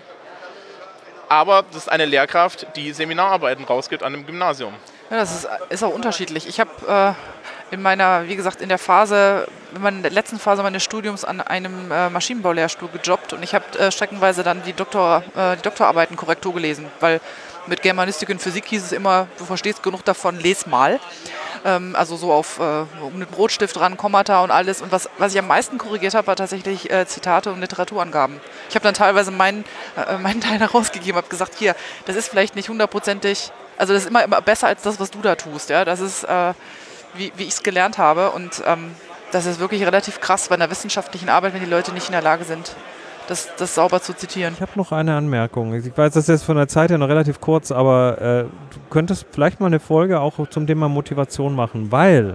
Aber das ist eine Lehrkraft, die Seminararbeiten rausgibt an einem Gymnasium. Ja, das ist auch unterschiedlich. Ich habe in meiner, wie gesagt, in der Phase, in der letzten Phase meines Studiums an einem Maschinenbaulehrstuhl gejobbt und ich habe streckenweise dann die Doktorarbeiten Korrektur gelesen, weil mit Germanistik und Physik hieß es immer, du verstehst genug davon, les mal. Also so auf um den Brotstift ran, Kommata und alles. Und was ich am meisten korrigiert habe, war tatsächlich Zitate und Literaturangaben. Ich habe dann teilweise meinen Teil da rausgegeben, habe gesagt, hier, das ist vielleicht nicht hundertprozentig, also das ist immer besser als das, was du da tust. Ja? Das ist, wie ich es gelernt habe. Und das ist wirklich relativ krass bei einer wissenschaftlichen Arbeit, wenn die Leute nicht in der Lage sind, das sauber zu zitieren. Ich habe noch eine Anmerkung. Ich weiß, das ist jetzt von der Zeit her noch relativ kurz, aber du könntest vielleicht mal eine Folge auch zum Thema Motivation machen, weil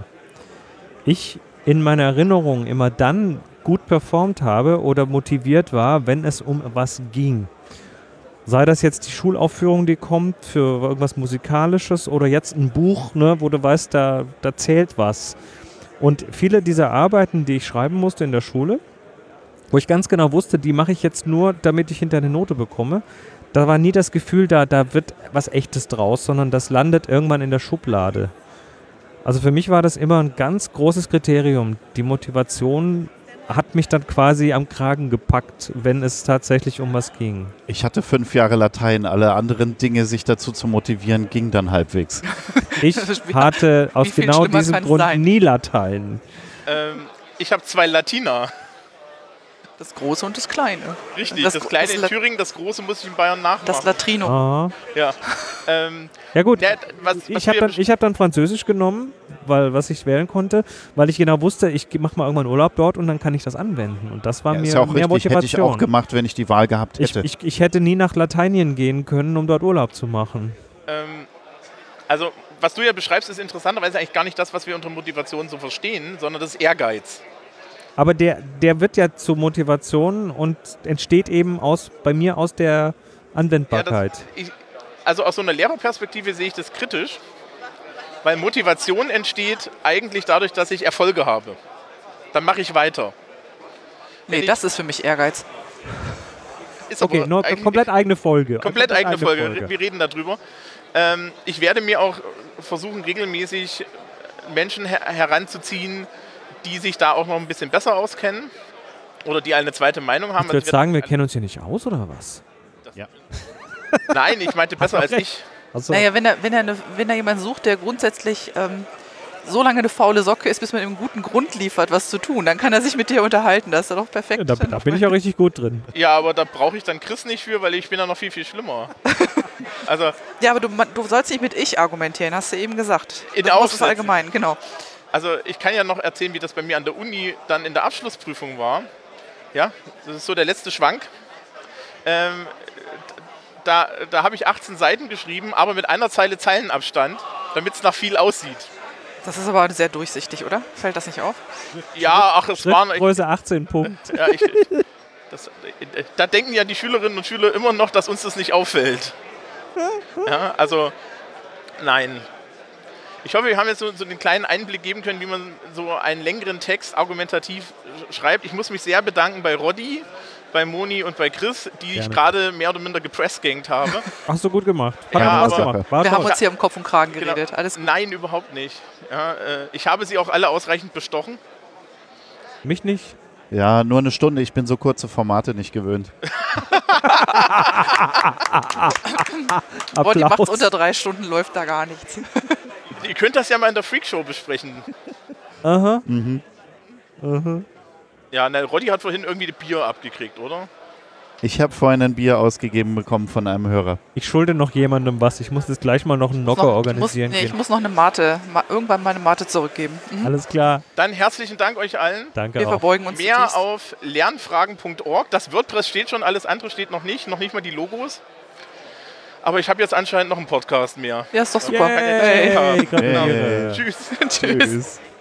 ich in meiner Erinnerung immer dann gut performt habe oder motiviert war, wenn es um was ging. Sei das jetzt die Schulaufführung, die kommt für irgendwas Musikalisches oder jetzt ein Buch, ne, wo du weißt, da zählt was. Und viele dieser Arbeiten, die ich schreiben musste in der Schule, wo ich ganz genau wusste, die mache ich jetzt nur, damit ich hinter eine Note bekomme. Da war nie das Gefühl, da wird was Echtes draus, sondern das landet irgendwann in der Schublade. Also für mich war das immer ein ganz großes Kriterium. Die Motivation hat mich dann quasi am Kragen gepackt, wenn es tatsächlich um was ging. Ich hatte 5 Jahre Latein, alle anderen Dinge, sich dazu zu motivieren, ging dann halbwegs. Ich hatte aus genau diesem Grund nie Latein. Ich habe 2 Latina. Das Große und das Kleine. Richtig, das Kleine in Thüringen, das Große muss ich in Bayern nachmachen. Das Latrino. Ah. Ja. Ja gut, ich ich hab dann Französisch genommen, was ich wählen konnte, weil ich genau wusste, ich mache mal irgendwann Urlaub dort und dann kann ich das anwenden. Und das war mir ist ja auch mehr richtig. Motivation. Hätte ich auch gemacht, wenn ich die Wahl gehabt hätte. Ich hätte nie nach Lateinien gehen können, um dort Urlaub zu machen. Also, was du ja beschreibst, ist interessanterweise eigentlich gar nicht das, was wir unter Motivation so verstehen, sondern das ist Ehrgeiz. Aber der wird ja zur Motivation und entsteht eben bei mir aus der Anwendbarkeit. Ja, also aus so einer Lehrerperspektive sehe ich das kritisch, weil Motivation entsteht eigentlich dadurch, dass ich Erfolge habe. Dann mache ich weiter. Nee, das ist für mich Ehrgeiz. Ist okay, aber komplett eigene Folge. Komplett eigene Folge. Wir reden darüber. Ich werde mir auch versuchen, regelmäßig Menschen heranzuziehen, die sich da auch noch ein bisschen besser auskennen oder die eine zweite Meinung haben. Ich würde sagen, wir kennen uns hier nicht aus, oder was? Ja. Nein, ich meinte besser als ich. Also, Naja, wenn er jemanden sucht, der grundsätzlich so lange eine faule Socke ist, bis man ihm einen guten Grund liefert, was zu tun, dann kann er sich mit dir unterhalten. Das ist doch perfekt. da bin ich auch richtig gut drin. Ja, aber da brauche ich dann Chris nicht für, weil ich bin ja noch viel, viel schlimmer. Also, ja, aber du sollst nicht mit ich argumentieren, hast du eben gesagt. Das ist allgemein, genau. Also ich kann ja noch erzählen, wie das bei mir an der Uni dann in der Abschlussprüfung war. Ja, das ist so der letzte Schwank. Da habe ich 18 Seiten geschrieben, aber mit einer Zeile Zeilenabstand. damit es nach viel aussieht. Das ist aber sehr durchsichtig, oder? Fällt das nicht auf? Ja, ach, es waren... Schriftgröße 18 Punkt. Ja, da denken ja die Schülerinnen und Schüler immer noch, dass uns das nicht auffällt. Ja, also, nein. Ich hoffe, wir haben jetzt so einen kleinen Einblick geben können, wie man so einen längeren Text argumentativ schreibt. Ich muss mich sehr bedanken bei Roddy, bei Moni und bei Chris, die ich gerade mehr oder minder gepressgangt habe. Hast du gut gemacht. Ja, Spaß aber- gemacht. War Wir haben toll. uns hier um Kopf und Kragen Genau. geredet. Alles gut. Nein, überhaupt nicht. Ja, ich habe sie auch alle ausreichend bestochen. Mich nicht. Ja, nur eine Stunde. Ich bin so kurze Formate nicht gewöhnt. Roddy macht Applaus. unter 3 Stunden, läuft da gar nichts. Ihr könnt das ja mal in der Freakshow besprechen. Aha. Ja, Roddy hat vorhin irgendwie Bier abgekriegt, oder? Ich habe vorhin ein Bier ausgegeben bekommen von einem Hörer. Ich schulde noch jemandem was. Ich muss jetzt gleich mal noch einen Nocker organisieren Ich gehen. muss noch eine Mate, irgendwann meine Mate zurückgeben. Mhm. Alles klar. Dann herzlichen Dank euch allen. Danke Wir auch. verbeugen uns Mehr zutiefst. auf lernfragen.org. Das WordPress steht schon, alles andere steht noch nicht mal die Logos. Aber ich habe jetzt anscheinend noch einen Podcast mehr. Ja, ist doch super. Yay, Hey. gratuliere. Tschüss. Tschüss. Tschüss.